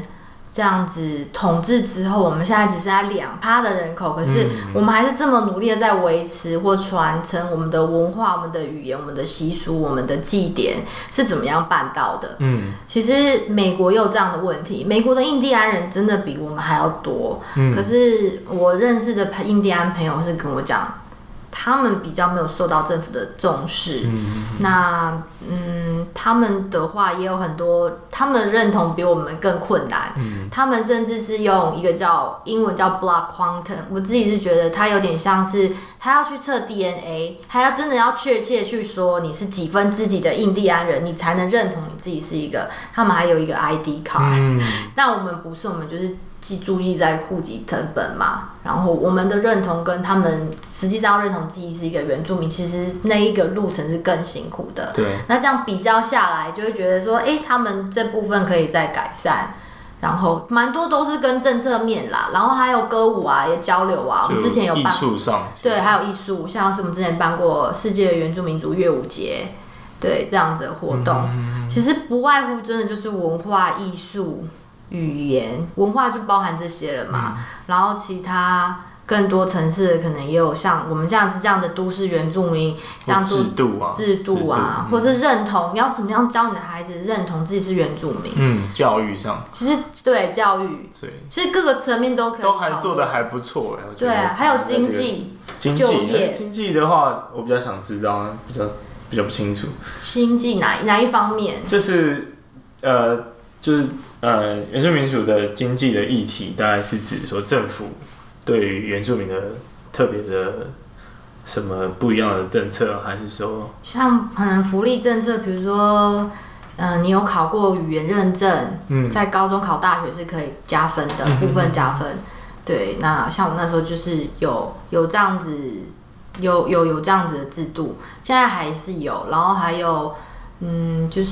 这样子统治之后，我们现在只剩下两趴的人口，可是我们还是这么努力的在维持或传承我们的文化、我们的语言、我们的习俗、我们的祭典是怎么样办到的？嗯，其实美国也有这样的问题，美国的印第安人真的比我们还要多，嗯，可是我认识的印第安朋友是跟我讲，他们比较没有受到政府的重视，嗯、那嗯，他们的话也有很多，他们的认同比我们更困难。嗯、他们甚至是用一个叫英文叫 blood quantum， 我自己是觉得它有点像是他要去测 D N A， 还要真的要确切去说你是几分之几的印第安人，你才能认同你自己是一个。他们还有一个 I D card，嗯、但我们不是，我们就是。注意在户籍成本嘛，然后我们的认同跟他们实际上要认同自己是一个原住民，其实那一个路程是更辛苦的。 对， 那这样比较下来，就会觉得说，哎、欸，他们这部分可以再改善。然后蛮多都是跟政策面啦，然后还有歌舞啊，也交流啊。我们之前有办艺术上， 对，还有艺术，像是我们之前办过世界原住民族乐舞节，对这样子的活动，嗯、其实不外乎真的就是文化艺术。语言文化就包含这些了嘛，嗯、然后其他更多城市可能也有像我们这样子这样的都市原住民这样制度啊， 制度啊，或是认同，你要怎么样教你的孩子认同自己是原住民？ 嗯，教育上， 其实对教育，对，其实各个层面都可以， 都还做得还不错哎。 对啊，还有经济、 经济、就业、经济的话，我比较想知道，比较比较不清楚。 经济哪哪一方面？ 就是呃，就是。呃，原住民族的经济的议题，大概是指说政府对于原住民的特别的什么不一样的政策，还是说像可能福利政策，比如说，呃，你有考过语言认证，嗯，在高中考大学是可以加分的，部分加分。对，那像我那时候就是有有这样子，有有有这样子的制度，现在还是有，然后还有，嗯，就是。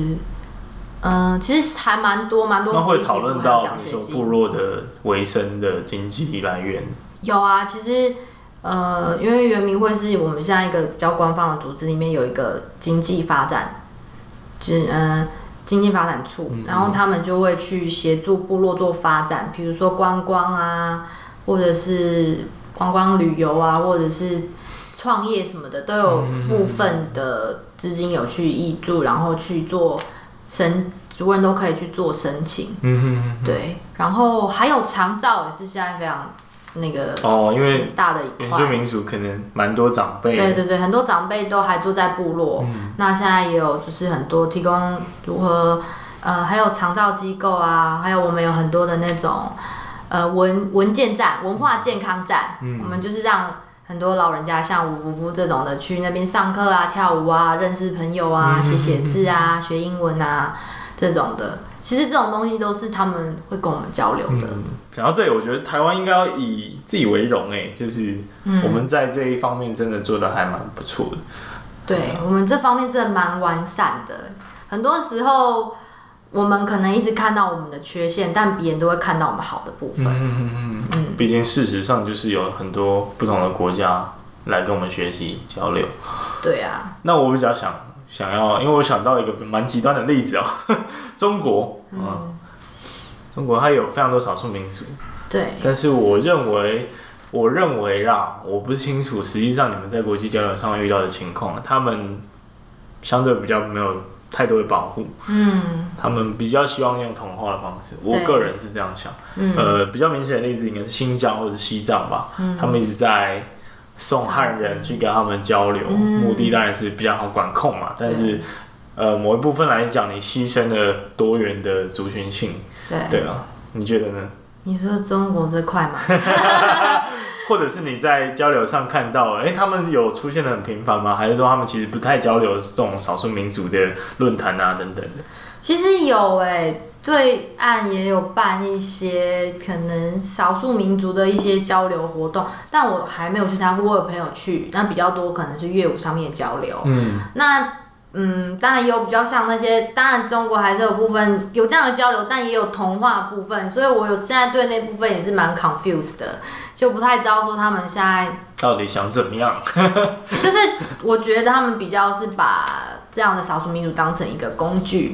嗯、呃，其实还蛮多蛮多福利制度，还有奖学金。那会讨论到比如说部落的维生的经济来源。 有啊，其实呃，因为原民会是我们现在一个比较官方的组织，里面有一个经济发展，就是呃经济发展处，嗯嗯然后他们就会去协助部落做发展，比如说观光啊，或者是观光旅游啊，或者是创业什么的，都有部分的资金有去挹注，然后去做。申，所有人都可以去做申请，嗯哼哼对，然后还有长照也是现在非常那个哦，因为大的一块， 原住民族可能蛮多长辈， 对对对，很多长辈都还住在部落，嗯、那现在也有就是很多提供如何呃，还有长照机构啊，还有我们有很多的那种呃文文件站、文化健康站，嗯、我们就是让。很多老人家像我夫妇这种的，去那边上课啊、跳舞啊、认识朋友啊、写写字啊、学英文啊这种的。其实这种东西都是他们会跟我们交流的。嗯、 讲到这里，我觉得台湾应该要以自己为荣哎，就是我们在这一方面真的做的还蛮不错的。 对、嗯、我们这方面真的蛮完善的。很多时候我们可能一直看到我们的缺陷，但别人都会看到我们好的部分。嗯嗯嗯嗯。毕竟事实上就是有很多不同的国家来跟我们学习交流。 对啊。 那我比较想想要，因为我想到一个蛮极端的例子哦，中国，嗯，嗯中国它有非常多少数民族。 对。 但是我认为，我认为啦，我不清楚实际上你们在国际交流上遇到的情况，他们相对比较没有。太多的保护，嗯，他们比较希望用同化的方式，我个人是这样想，嗯，呃，比较明显的例子应该是新疆或者是西藏吧，嗯，他们一直在送汉人去跟他们交流，嗯、目的当然是比较好管控嘛，但是，呃，某一部分来讲，你牺牲了多元的族群性，对，对啊，你觉得呢？ 你说中国这块吗？ 或者是你在交流上看到，哎、欸，他们有出现的很频繁吗？还是说他们其实不太交流这种少数民族的论坛啊等等的？ 其实有哎、欸，对岸也有办一些可能少数民族的一些交流活动，但我还没有去参加过。我有朋友去，那比较多可能是乐舞上面的交流。嗯，那。嗯，当然也有比较像那些，当然中国还是有部分有这样的交流，但也有同化的部分，所以我有现在对那部分也是蛮 confused 的，就不太知道说他们现在到底想怎么样。 就是我觉得他们比较是把这样的少数民族当成一个工具，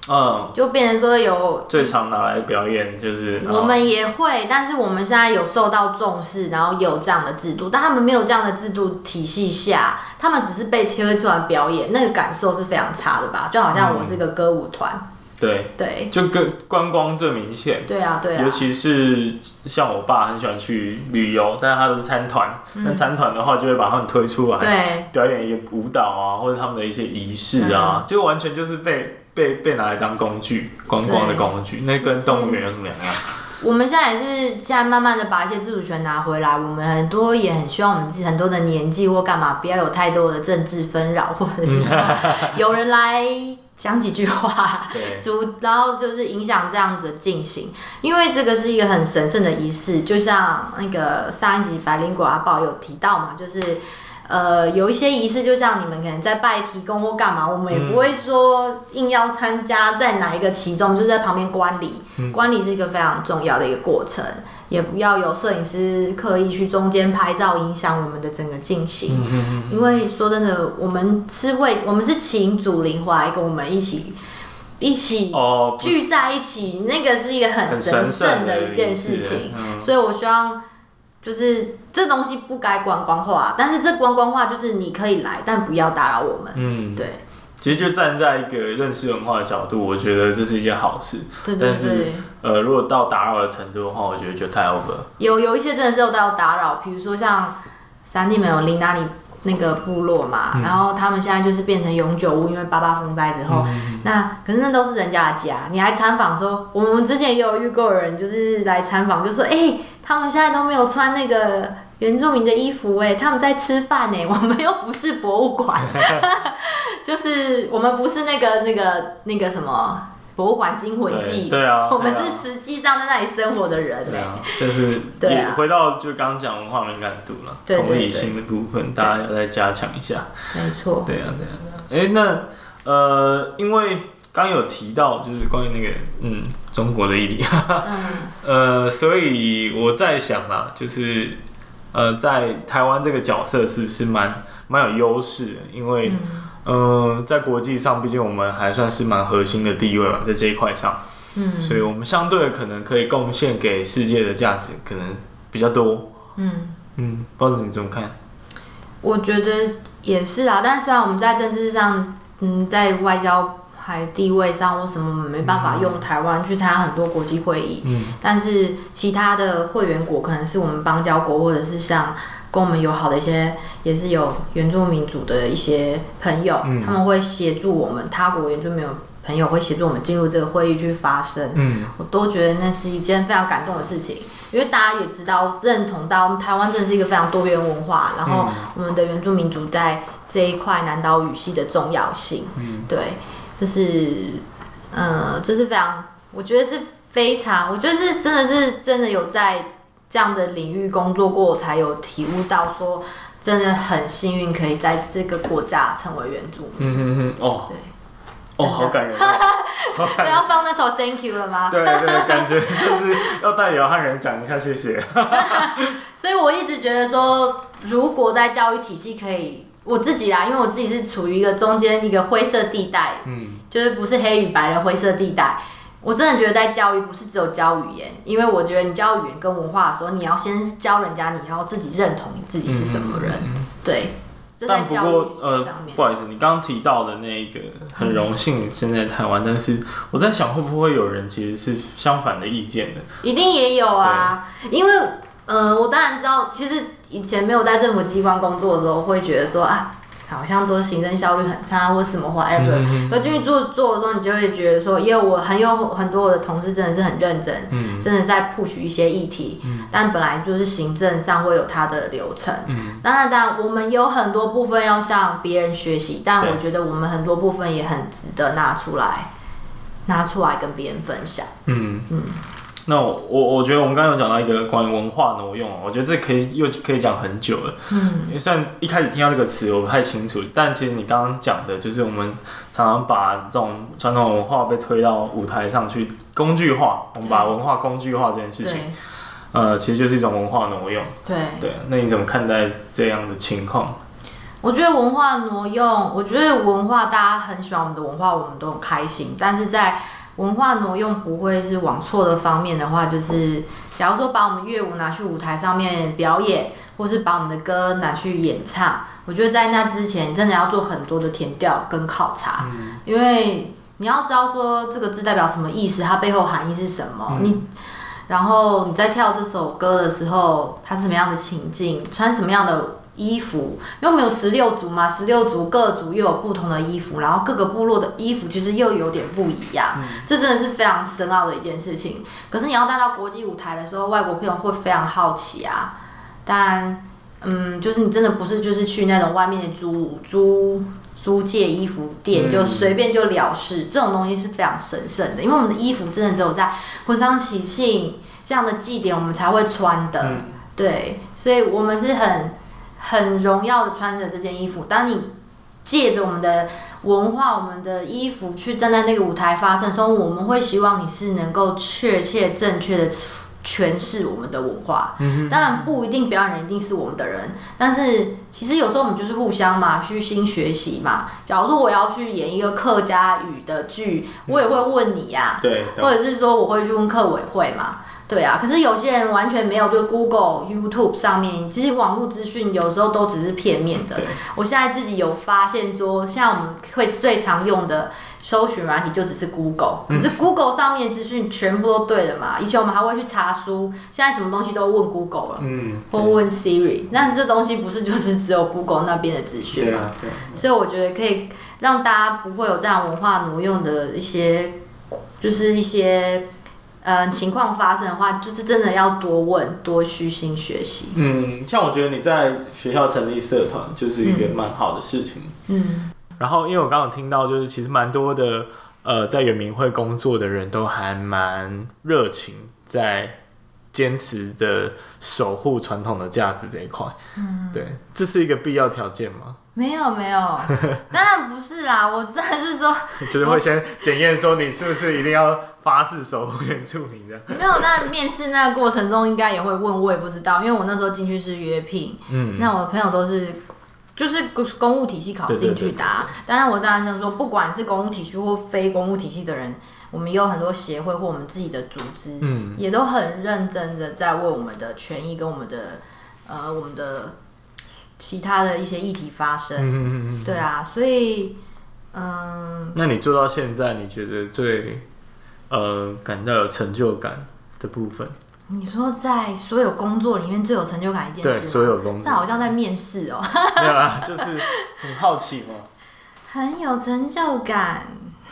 嗯， 就变成说有最常拿来表演就是， 我们也会，但是我们现在有受到重视，然后也有这样的制度，但他们没有这样的制度体系下，他们只是被推出来表演，那个感受是非常差的吧？就好像我是个歌舞团。嗯对对， 就跟观光最明显。 对啊，对啊。 尤其是像我爸很喜欢去旅游，但是他都是参团。那参团的话，就会把他们推出来， 对， 表演一个舞蹈啊，或者他们的一些仪式啊，嗯、就完全就是被被被拿来当工具，观光的工具。那跟动物园有什么两样？ 我们现在也是现在慢慢的把一些自主权拿回来，我们很多也很希望我们自己很多的年纪或干嘛，不要有太多的政治纷扰，或者是有人来讲几句话，主然后就是影响这样子进行，因为这个是一个很神圣的仪式，就像那个上一集百灵果阿宝有提到嘛，就是。呃，有一些仪式，就像你们可能在拜提公或干嘛，我们也不会说硬要参加在哪一个其中，就是在旁边观礼。嗯、观礼是一个非常重要的一个过程，也不要有摄影师刻意去中间拍照，影响我们的整个进行。嗯嗯嗯、因为说真的，我们是为我们是请祖灵回来跟我们一起一起聚在一起，哦、那个是一个很神圣的一件事情，嗯、所以我希望。就是这东西不该观光化，但是这观光化就是你可以来，但不要打扰我们。嗯，对。 其实就站在一个认识文化的角度，我觉得这是一件好事。 对对对。但是呃，如果到打扰的程度的话，我觉得就太 over 了。 有有一些真的是有到打扰，比如说像三地们有林哪里那个部落嘛，嗯、然后他们现在就是变成永久屋，因为八八风灾之后，嗯、那可是那都是人家的家，你来参访说，我们之前也有遇过人就是来参访，就说哎。欸他们现在都没有穿那个原住民的衣服哎，他们在吃饭哎，我们又不是博物馆，就是我们不是那个那个那个什么博物馆惊魂记， 对啊， 我们是实际上在那里生活的人， 对啊，就是也回到就刚刚讲文化敏感度了，同理心的部分，大家要再加强一下， 没错， 对啊，对啊，对啊，哎，那呃，因为。刚有提到就是关于那个嗯中国的议题，嗯、呃，所以我在想啦，就是呃在台湾这个角色是不是蛮蛮有优势的？因为嗯、呃、在国际上，毕竟我们还算是蛮核心的地位嘛，在这一块上，嗯，所以我们相对的可能可以贡献给世界的价值可能比较多，嗯嗯，不知道你怎么看？ 我觉得也是啊，但虽然我们在政治上，嗯，在外交。还地位上或什么，我们没办法用台湾去参加很多国际会议，嗯、但是其他的会员国可能是我们邦交国，或者是像跟我们友好的一些，也是有原住民族的一些朋友，嗯、他们会协助我们，他国原住民朋友会协助我们进入这个会议去发声，嗯、我都觉得那是一件非常感动的事情，因为大家也知道认同到台湾真的是一个非常多元文化，然后我们的原住民族在这一块南岛语系的重要性，嗯、对。就是，呃，这是非常，我觉得是非常，我觉得是真的是真的有在这样的领域工作过，才有体悟到说，真的很幸运可以在这个国家成为原住民。嗯嗯嗯，哦，对， 哦，好感人， 这要放那首 Thank You 了吗？ 对对，感觉就是要代表汉人讲一下谢谢。 所以我一直觉得说，如果在教育体系可以。我自己啦，因为我自己是处于一个中间一个灰色地带，嗯，就是不是黑与白的灰色地带。我真的觉得在教育不是只有教语言，因为我觉得你教语言跟文化的时候，你要先教人家，你要自己认同你自己是什么人，嗯、对。 但不过呃，不好意思，你刚刚提到的那一个很荣幸身在台湾，嗯、但是我在想会不会有人其实是相反的意见的？ 一定也有啊，因为。呃，我当然知道，其实以前没有在政府机关工作的时候，会觉得说啊，好像都是行政效率很差，或什么 whatever。可进去做做的时候，你就会觉得说，因为我很有很多我的同事真的是很认真，嗯、真的在 push 一些议题，嗯、但本来就是行政上会有它的流程。嗯、当然，当然我们有很多部分要向别人学习，但我觉得我们很多部分也很值得拿出来，拿出来跟别人分享。嗯嗯。 那我我觉得我们刚刚有讲到一个关于文化挪用，我觉得这可以又可以讲很久了。嗯，虽然一开始听到这个词我不太清楚，但其实你刚刚讲的就是我们常常把这种传统文化被推到舞台上去工具化，我们把文化工具化这件事情，呃，其实就是一种文化挪用。 对对， 那你怎么看待这样的情况？ 我觉得文化挪用，我觉得文化大家很喜欢我们的文化，我们都很开心。但是在文化挪用不会是往错的方面的话，就是假如说把我们乐舞拿去舞台上面表演，或是把我们的歌拿去演唱，我觉得在那之前真的要做很多的填调跟考察，嗯、因为你要知道说这个字代表什么意思，它背后含义是什么，嗯、你。然后你在跳这首歌的时候，它是什么样的情境，穿什么样的衣服？因为我们有十六族嘛，十六族各族又有不同的衣服，然后各个部落的衣服其实又有点不一样，嗯、这真的是非常深奥的一件事情。可是你要带到国际舞台的时候，外国朋友会非常好奇啊。当然，嗯，就是你真的不是就是去那种外面的租租。租借衣服店就随便就了事，嗯、这种东西是非常神圣的，因为我们的衣服真的只有在婚丧喜庆这样的祭典我们才会穿的，嗯、对，所以我们是很很荣耀的穿着这件衣服。当你借着我们的文化、我们的衣服去站在那个舞台发声的时候，我们会希望你是能够确切正确的诠释我们的文化，嗯、当然不一定表演人一定是我们的人，但是其实有时候我们就是互相嘛，虚心学习嘛。假如说我要去演一个客家语的剧，我也会问你呀，啊， 对， 或者是说我会去问客委会嘛，对啊。可是有些人完全没有，就 Google、YouTube 上面，其实网络资讯有时候都只是片面的。我现在自己有发现说，像我们会最常用的搜寻软体就只是 Google， 可是 Google 上面资讯全部都对的嘛。以前我们还会去查书，现在什么东西都问 Google 了，嗯，或问 Siri， 那这东西不是就是只有 Google 那边的资讯吗？对啊，对。所以我觉得可以让大家不会有这样文化挪用的一些，就是一些呃情况发生的话，就是真的要多问，多虚心学习。 嗯，像我觉得你在学校成立社团就是一个蛮好的事情。嗯。然后，因为我刚刚听到，就是其实蛮多的，呃，在原民会工作的人都还蛮热情，在坚持的守护传统的价值这一块。嗯，对，这是一个必要条件吗？ 没有，没有，当然不是啦。我真的是说， 就是会先检验说你是不是一定要发誓守护原住民的。 没有，那面试那个过程中应该也会问，我也不知道，因为我那时候进去是约聘，嗯，那我的朋友都是。就是公务体系考进去的，当然我当然想说，不管是公务体系或非公务体系的人，我们也有很多协会或我们自己的组织，嗯，也都很认真的在为我们的权益跟我们的呃我们的其他的一些议题发声，嗯嗯嗯，对啊，所以嗯， 那你做到现在，你觉得最呃感到有成就感的部分？ 你说在所有工作里面最有成就感一件事吗？ 对，所有工作， 这好像在面试哦。 没有啊，就是很好奇嘛。 很有成就感，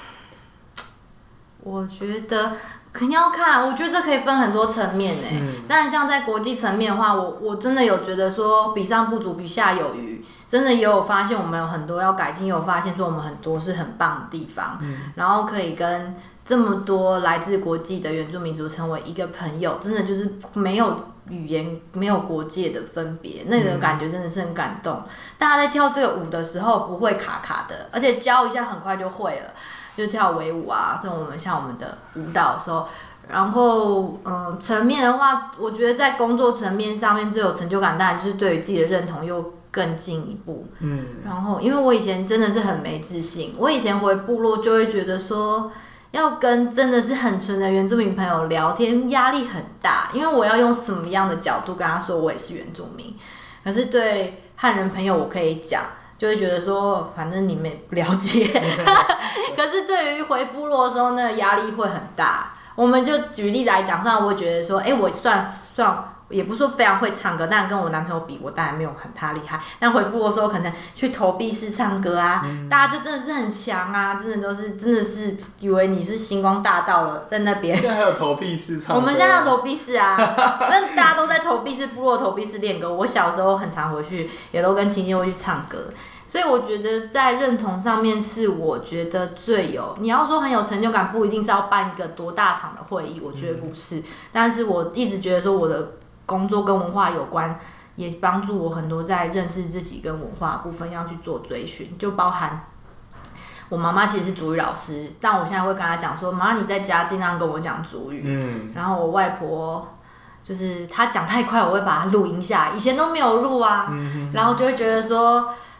我觉得肯定要看，我觉得这可以分很多层面诶。嗯、但像在国际层面的话，我我真的有觉得说比上不足，比下有余。真的也有发现我们有很多要改进，也有发现说我们很多是很棒的地方，嗯、然后可以跟这么多来自国际的原住民族成为一个朋友，真的就是没有语言、没有国界的分别，那个感觉真的是很感动。嗯、大家在跳这个舞的时候不会卡卡的，而且教一下很快就会了，就跳维舞啊，这种我们像我们的舞蹈的时候。然后，嗯，层面的话，我觉得在工作层面上面最有成就感，当然就是对于自己的认同又更进一步。嗯，然后因为我以前真的是很没自信，我以前回部落就会觉得说，要跟真的是很纯的原住民朋友聊天，压力很大，因为我要用什么样的角度跟他说我也是原住民。可是对汉人朋友，我可以讲。就会觉得说，反正你们也不了解。可是对于回部落的时候，那个压力会很大。我们就举例来讲，虽然我会觉得说，哎、欸，我算算也不是说非常会唱歌，但跟我男朋友比，我当然没有很他厉害。但回部落的时候，可能去投币式唱歌啊，嗯、大家就真的是很强啊，真的都是真的是以为你是星光大道了，在那边。 现在还有投币式唱歌。 我们现在有投币式啊，但大家都在投币式部落投币式练歌。我小时候很常回去，也都跟亲戚会去唱歌。所以我觉得在认同上面是我觉得最有，你要说很有成就感，不一定是要办一个多大场的会议，我觉得不是。嗯、但是我一直觉得说我的工作跟文化有关，也帮助我很多在认识自己跟文化的部分要去做追寻，就包含我妈妈其实是族语老师，但我现在会跟她讲说，妈妈你在家尽量跟我讲族语。嗯。然后我外婆就是她讲太快，我会把它录音下来，以前都没有录啊，嗯、然后就会觉得说。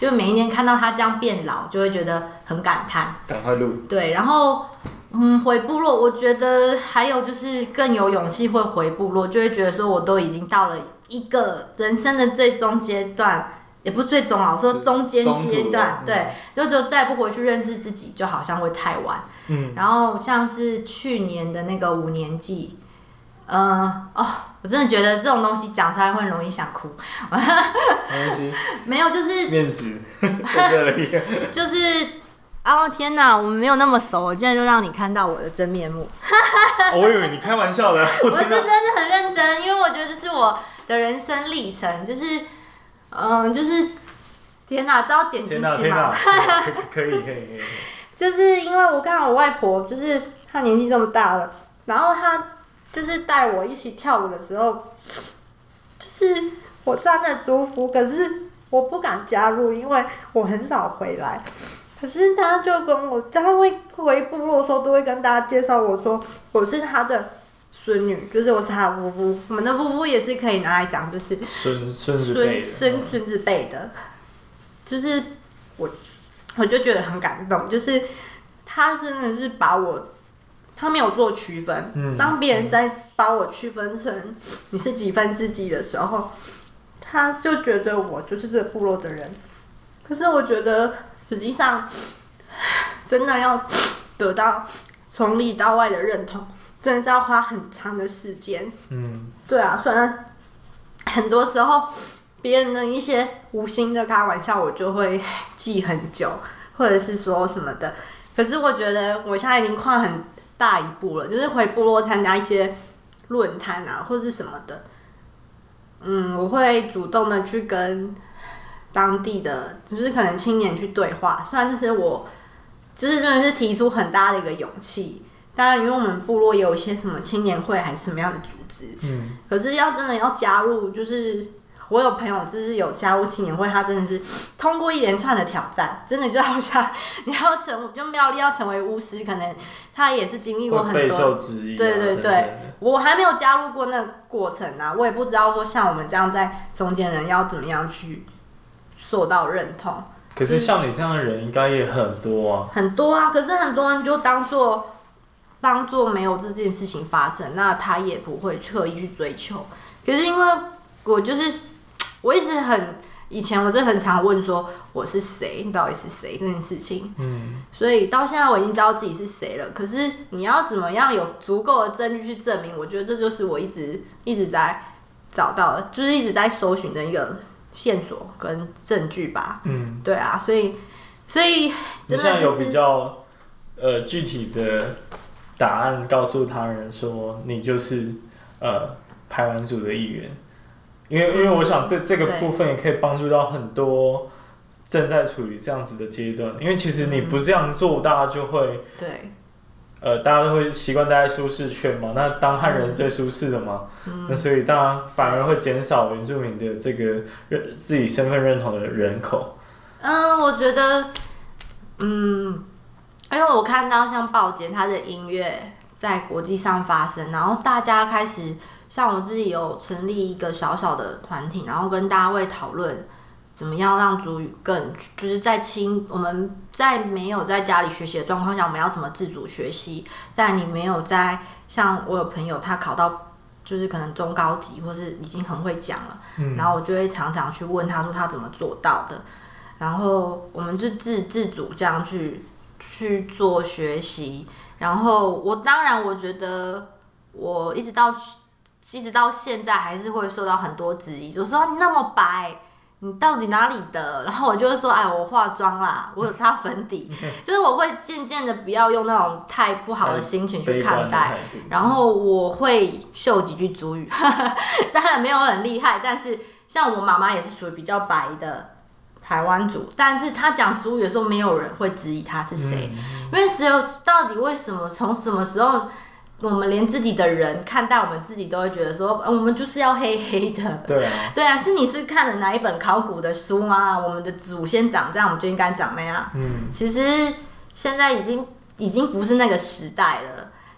就每一年看到他这样变老，就会觉得很感叹。 赶快录。 对，然后嗯，回部落，我觉得还有就是更有勇气会回部落，就会觉得说我都已经到了一个人生的最终阶段。也不是最终啊，我说中间阶段，对，就就再不回去认识自己，就好像会太晚。嗯，然后像是去年的那个五年祭，嗯、呃，哦，我真的觉得这种东西讲出来会很容易想哭。 没关系， 没有，就是面子在这里， 就是，哦天哪，我们没有那么熟，我现在就让你看到我的真面目。 我以为你开玩笑的，我是真的很认真，因为我觉得这是我的人生历程，就是。嗯，就是天哪，都要点进去吗？ 可以可以可以。 就是因为我看到我外婆，就是她年纪这么大了，然后她就是带我一起跳舞的时候，就是我穿着族服，可是我不敢加入，因为我很少回来。可是她就跟我，她会回部落的时候都会跟大家介绍我说我是她的孙女，就是我是他的夫妇，我们的夫妇也是可以拿来讲，就是孙孙子辈的， 孙孙子辈的，就是我我就觉得很感动，就是他真的是把我，他没有做区分，嗯、当别人在把我区分成你是几分之几的时候，他就觉得我就是这个部落的人，可是我觉得实际上真的要得到从里到外的认同。真的是要花很长的时间，嗯，对啊，虽然很多时候别人的一些无心的开玩笑，我就会记很久，或者是说什么的。可是我觉得我现在已经跨很大一步了，就是回部落参加一些论坛啊，或是什么的。嗯，我会主动的去跟当地的，就是可能青年去对话。虽然这是我，就是真的是提出很大的一个勇气。当然，因为我们部落也有一些什么青年会还是什么样的组织，嗯，可是要真的要加入，就是我有朋友就是有加入青年会，他真的是通过一连串的挑战，真的就好像你要成就妙丽要成为巫师，可能他也是经历过很多， 备受质疑、啊， 对对 对, 对，我还没有加入过那个过程啊，我也不知道说像我们这样在中间人要怎么样去受到认同。 可是像你这样的人应该也很多啊， 很多啊，可是很多人就当做。当做没有这件事情发生，那他也不会刻意去追求。可是因为我就是我一直很以前我真的很常问说我是谁，你到底是谁这件事情。嗯，所以到现在我已经知道自己是谁了。可是你要怎么样有足够的证据去证明？我觉得这就是我一直一直在找到的，就是一直在搜寻的一个线索跟证据吧。嗯，对啊，所以所以真的、就是、 你现在有比较呃具体的。答案告诉他人说你就是呃排湾族的一员，因为、嗯、因为我想这这个部分也可以帮助到很多正在处于这样子的阶段，因为其实你不这样做，嗯、大家就会对， 呃大家都会习惯待在舒适圈嘛，那当汉人是最舒适的嘛，嗯、那所以当然反而会减少原住民的这个自己身份认同的人口。 嗯，我觉得，嗯。因为我看到像鲍姐她的音乐在国际上发生，然后大家开始像我自己有成立一个小小的团体，然后跟大家会讨论怎么样让族语更就是在亲我们在没有在家里学习的状况下，我们要怎么自主学习？在你没有在像我有朋友他考到就是可能中高级或是已经很会讲了，嗯、然后我就会常常去问他说他怎么做到的，然后我们就自自主这样去。去做学习，然后我当然我觉得我一直到一直到现在还是会受到很多质疑，就说你那么白，你到底哪里的？然后我就会说，哎，我化妆啦，我有擦粉底，就是我会渐渐的不要用那种太不好的心情去看待，然后我会秀几句族语，当然没有很厉害，但是像我妈妈也是属于比较白的。台湾族，但是他讲族语的时候，没有人会质疑他是谁，嗯、因为只有到底为什么，从什么时候，我们连自己的人看待我们自己都会觉得说，我们就是要黑黑的。 对啊， 对啊，是你是看了哪一本考古的书吗？我们的祖先长这样，我们就应该长那样。嗯，其实现在已经已经不是那个时代了，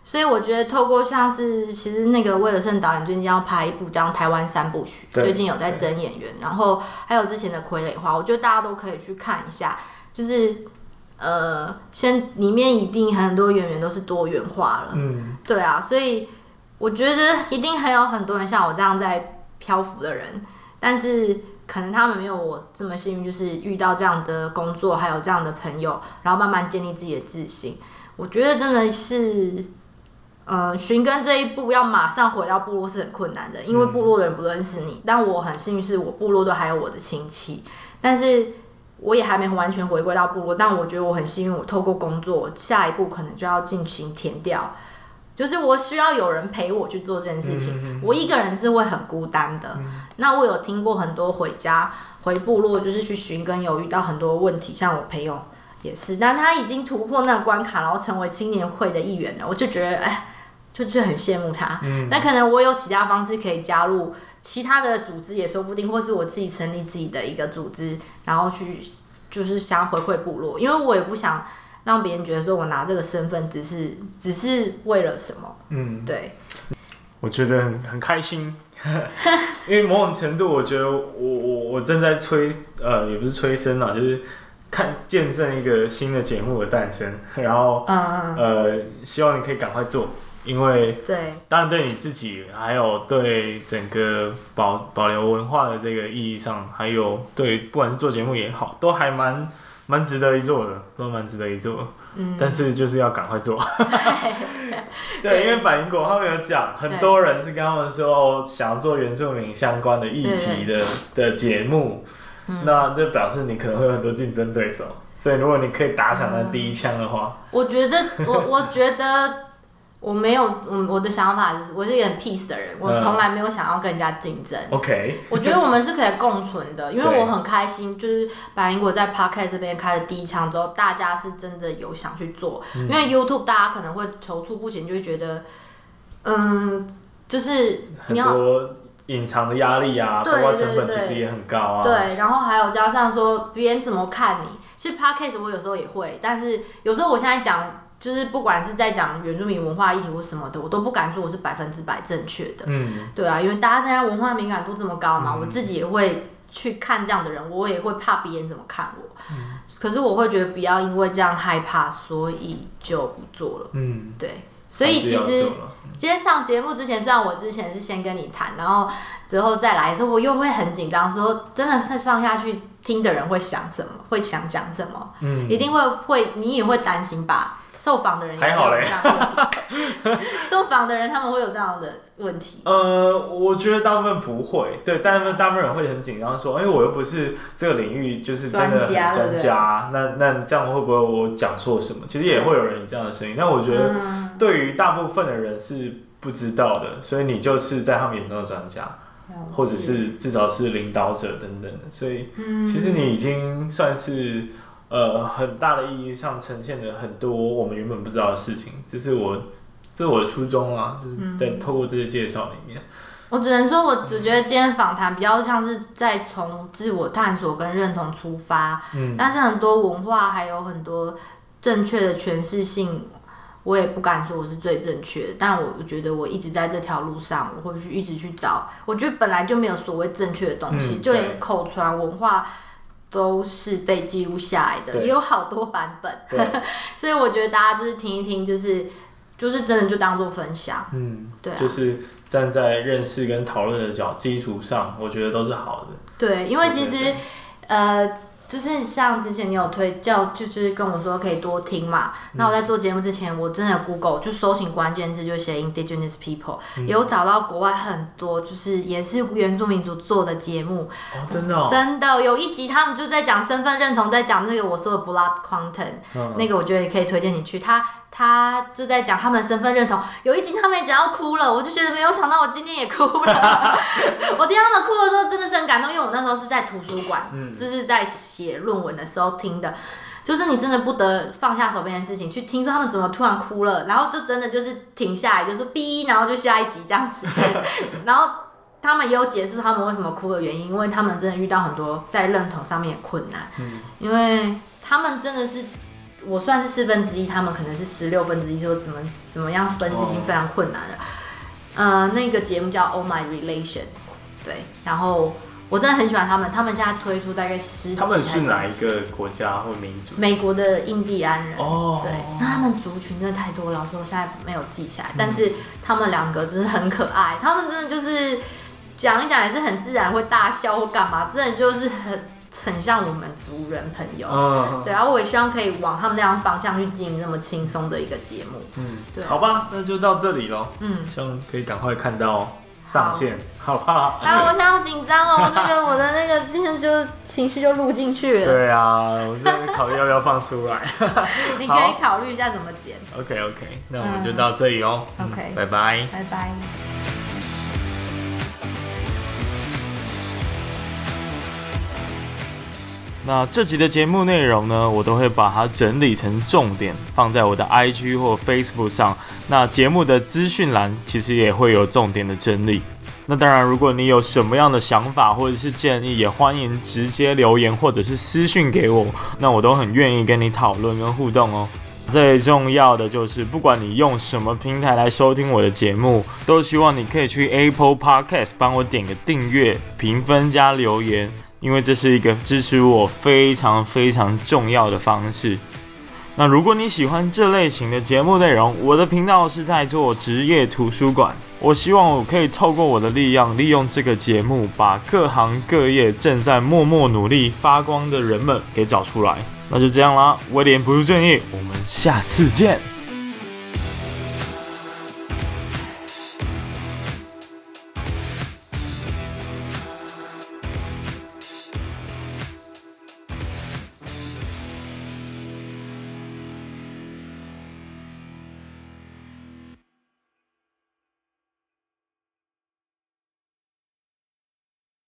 所以我觉得透过像是其实那个魏德胜导演最近要拍一部叫《台湾三部曲》，最近有在争演员，然后还有之前的《傀儡花》，我觉得大家都可以去看一下，就是呃，先里面一定很多演员都是多元化了，嗯，对啊，所以我觉得一定还有很多人像我这样在漂浮的人，但是可能他们没有我这么幸运，就是遇到这样的工作，还有这样的朋友，然后慢慢建立自己的自信。我觉得真的是，呃，寻根这一步要马上回到部落是很困难的，因为部落的人不认识你。但我很幸运，是我部落都还有我的亲戚，但是我也还没完全回归到部落。但我觉得我很幸运，我透过工作，下一步可能就要进行填调。就是我需要有人陪我去做这件事情，嗯嗯嗯我一个人是会很孤单的。嗯、那我有听过很多回家回部落，就是去寻根，有遇到很多问题，像我朋友也是，但他已经突破那个关卡，然后成为青年会的一员了，我就觉得哎，就就很羡慕他。嗯，那可能我有其他方式可以加入其他的组织也说不定，或是我自己成立自己的一个组织，然后去就是想回馈部落，因为我也不想让别人觉得说我拿这个身份只是只是为了什么。嗯，对， 我觉得很很开心，因为某种程度，我觉得我我我正在催呃，也不是催生啦，就是看见证一个新的节目的诞生，然后嗯呃，希望你可以赶快做。因为对， 当然对你自己，还有对整个保保留文化的这个意义上，还有对不管是做节目也好，都还蛮蛮值得一做的，都蛮值得一做的。嗯，但是就是要赶快做。对，对，因为百灵果他们有讲，很多人是跟他们说想要做原住民相关的议题的的节目，嗯、那就表示你可能会有很多竞争对手，所以如果你可以打响那第一枪的话， 嗯、我觉得我我觉得。我没有，我我的想法就是，我是一个很 peace 的人，我从来没有想要跟人家竞争。 OK， 我觉得我们是可以共存的，因为我很开心，就是百灵果在 Podcast 这边开了第一枪之后，大家是真的有想去做，嗯、因为 YouTube 大家可能会踌躇不前，就会觉得，嗯，就是你要很多隐藏的压力啊，包括成本其实也很高啊。 对，然后还有加上说别人怎么看你，其实 Podcast 我有时候也会，但是有时候我现在讲。就是不管是在讲原住民文化议题或什么的，我都不敢说我是百分之百正确的。嗯，对啊，因为大家现在文化敏感度这么高嘛，嗯、我自己也会去看这样的人，我也会怕别人怎么看我。嗯，可是我会觉得不要因为这样害怕，所以就不做了。嗯，对。所以其实今天上节目之前，虽然我之前是先跟你谈，然后之后再来的时候，我又会很紧张，说真的是放下去听的人会想什么，会想讲什么。嗯，一定会会，你也会担心吧。受访的人也会有这样的问题，受访的人他们会有这样的问题。 呃，我觉得大部分不会，对，但是大部分人会很紧张，说，哎、欸，我又不是这个领域就是真的很专家，那那这样会不会我讲错什么？其实也会有人有这样的声音，但我觉得对于大部分的人是不知道的，所以你就是在他们眼中的专家，或者是至少是领导者等等的，所以其实你已经算是。呃，很大的意义上呈现了很多我们原本不知道的事情，这是我，这是我的初衷啊，就是在透过这些介绍里面。嗯、 我只能说，我只觉得今天访谈比较像是在从自我探索跟认同出发，嗯，但是很多文化还有很多正确的诠释性，我也不敢说我是最正确的，但我觉得我一直在这条路上，我会去一直去找，我觉得本来就没有所谓正确的东西，嗯、就连口传文化。都是被记录下来的，也有好多版本，所以我觉得大家就是听一听，就是就是真的就当做分享，嗯，对、啊， 就是站在认识跟讨论的角基础上，我觉得都是好的。 对，因为其实呃，就是像之前你有推叫，就是跟我说可以多听嘛。嗯、那我在做节目之前，我真的 Google 就搜寻关键字，就写 Indigenous People，、嗯、有找到国外很多就是也是原住民族做的节目。 哦，真的、哦， 真的有一集他们就在讲身份认同，在讲那个我说的 Blood Quantum，、嗯、那个我觉得也可以推荐你去。他他就在讲他们身份认同，有一集他们也讲到哭了，我就觉得没有想到我今天也哭了。我听他们哭的时候真的是很感动，因为我那时候是在图书馆，嗯、就是在写论文的时候听的。就是你真的不得放下手边的事情，去听说他们怎么突然哭了，然后就真的就是停下来，就是哔，然后就下一集这样子。然后他们也有解释他们为什么哭的原因，因为他们真的遇到很多在认同上面的困难，嗯、因为他们真的是。 我算是四分之一，他们可能是十六分之一，说怎么怎么样分就已经非常困难了。呃，那个节目叫 Oh My Relations， 对，然后我真的很喜欢他们，他们现在推出大概十集。 他们是哪一个国家或民族？ 美国的印第安人。 哦， 对，那他们族群真的太多了，老师我现在没有记起来，嗯、但是他们两个就是很可爱，他们真的就是讲一讲也是很自然，会大笑或干嘛，真的就是很。很像我们族人朋友，嗯，对，然后我也希望可以往他们那样方向去经营那么轻松的一个节目， 嗯，对，好吧，那就到这里咯，嗯，希望可以赶快看到上线，好不好？ 啊，我现在好紧张哦，那个我的那个今天就情绪就录进去了， 对啊，我在考虑要不要放出来， 你可以考虑一下怎么剪 ，OK OK， 那我们就到这里哦、嗯、，OK， 拜拜， 拜拜。 那这集的节目内容呢，我都会把它整理成重点，放在我的 I G 或 Facebook 上。那节目的资讯栏其实也会有重点的整理。那当然，如果你有什么样的想法或者是建议，也欢迎直接留言或者是私讯给我，那我都很愿意跟你讨论跟互动哦。最重要的就是，不管你用什么平台来收听我的节目，都希望你可以去 Apple Podcast 帮我点个订阅、评分加留言。因为这是一个支持我非常非常重要的方式。那如果你喜欢这类型的节目内容，我的频道是在做职业图书馆。我希望我可以透过我的力量，利用这个节目，把各行各业正在默默努力发光的人们给找出来。那就这样啦，威廉不务正业，我们下次见。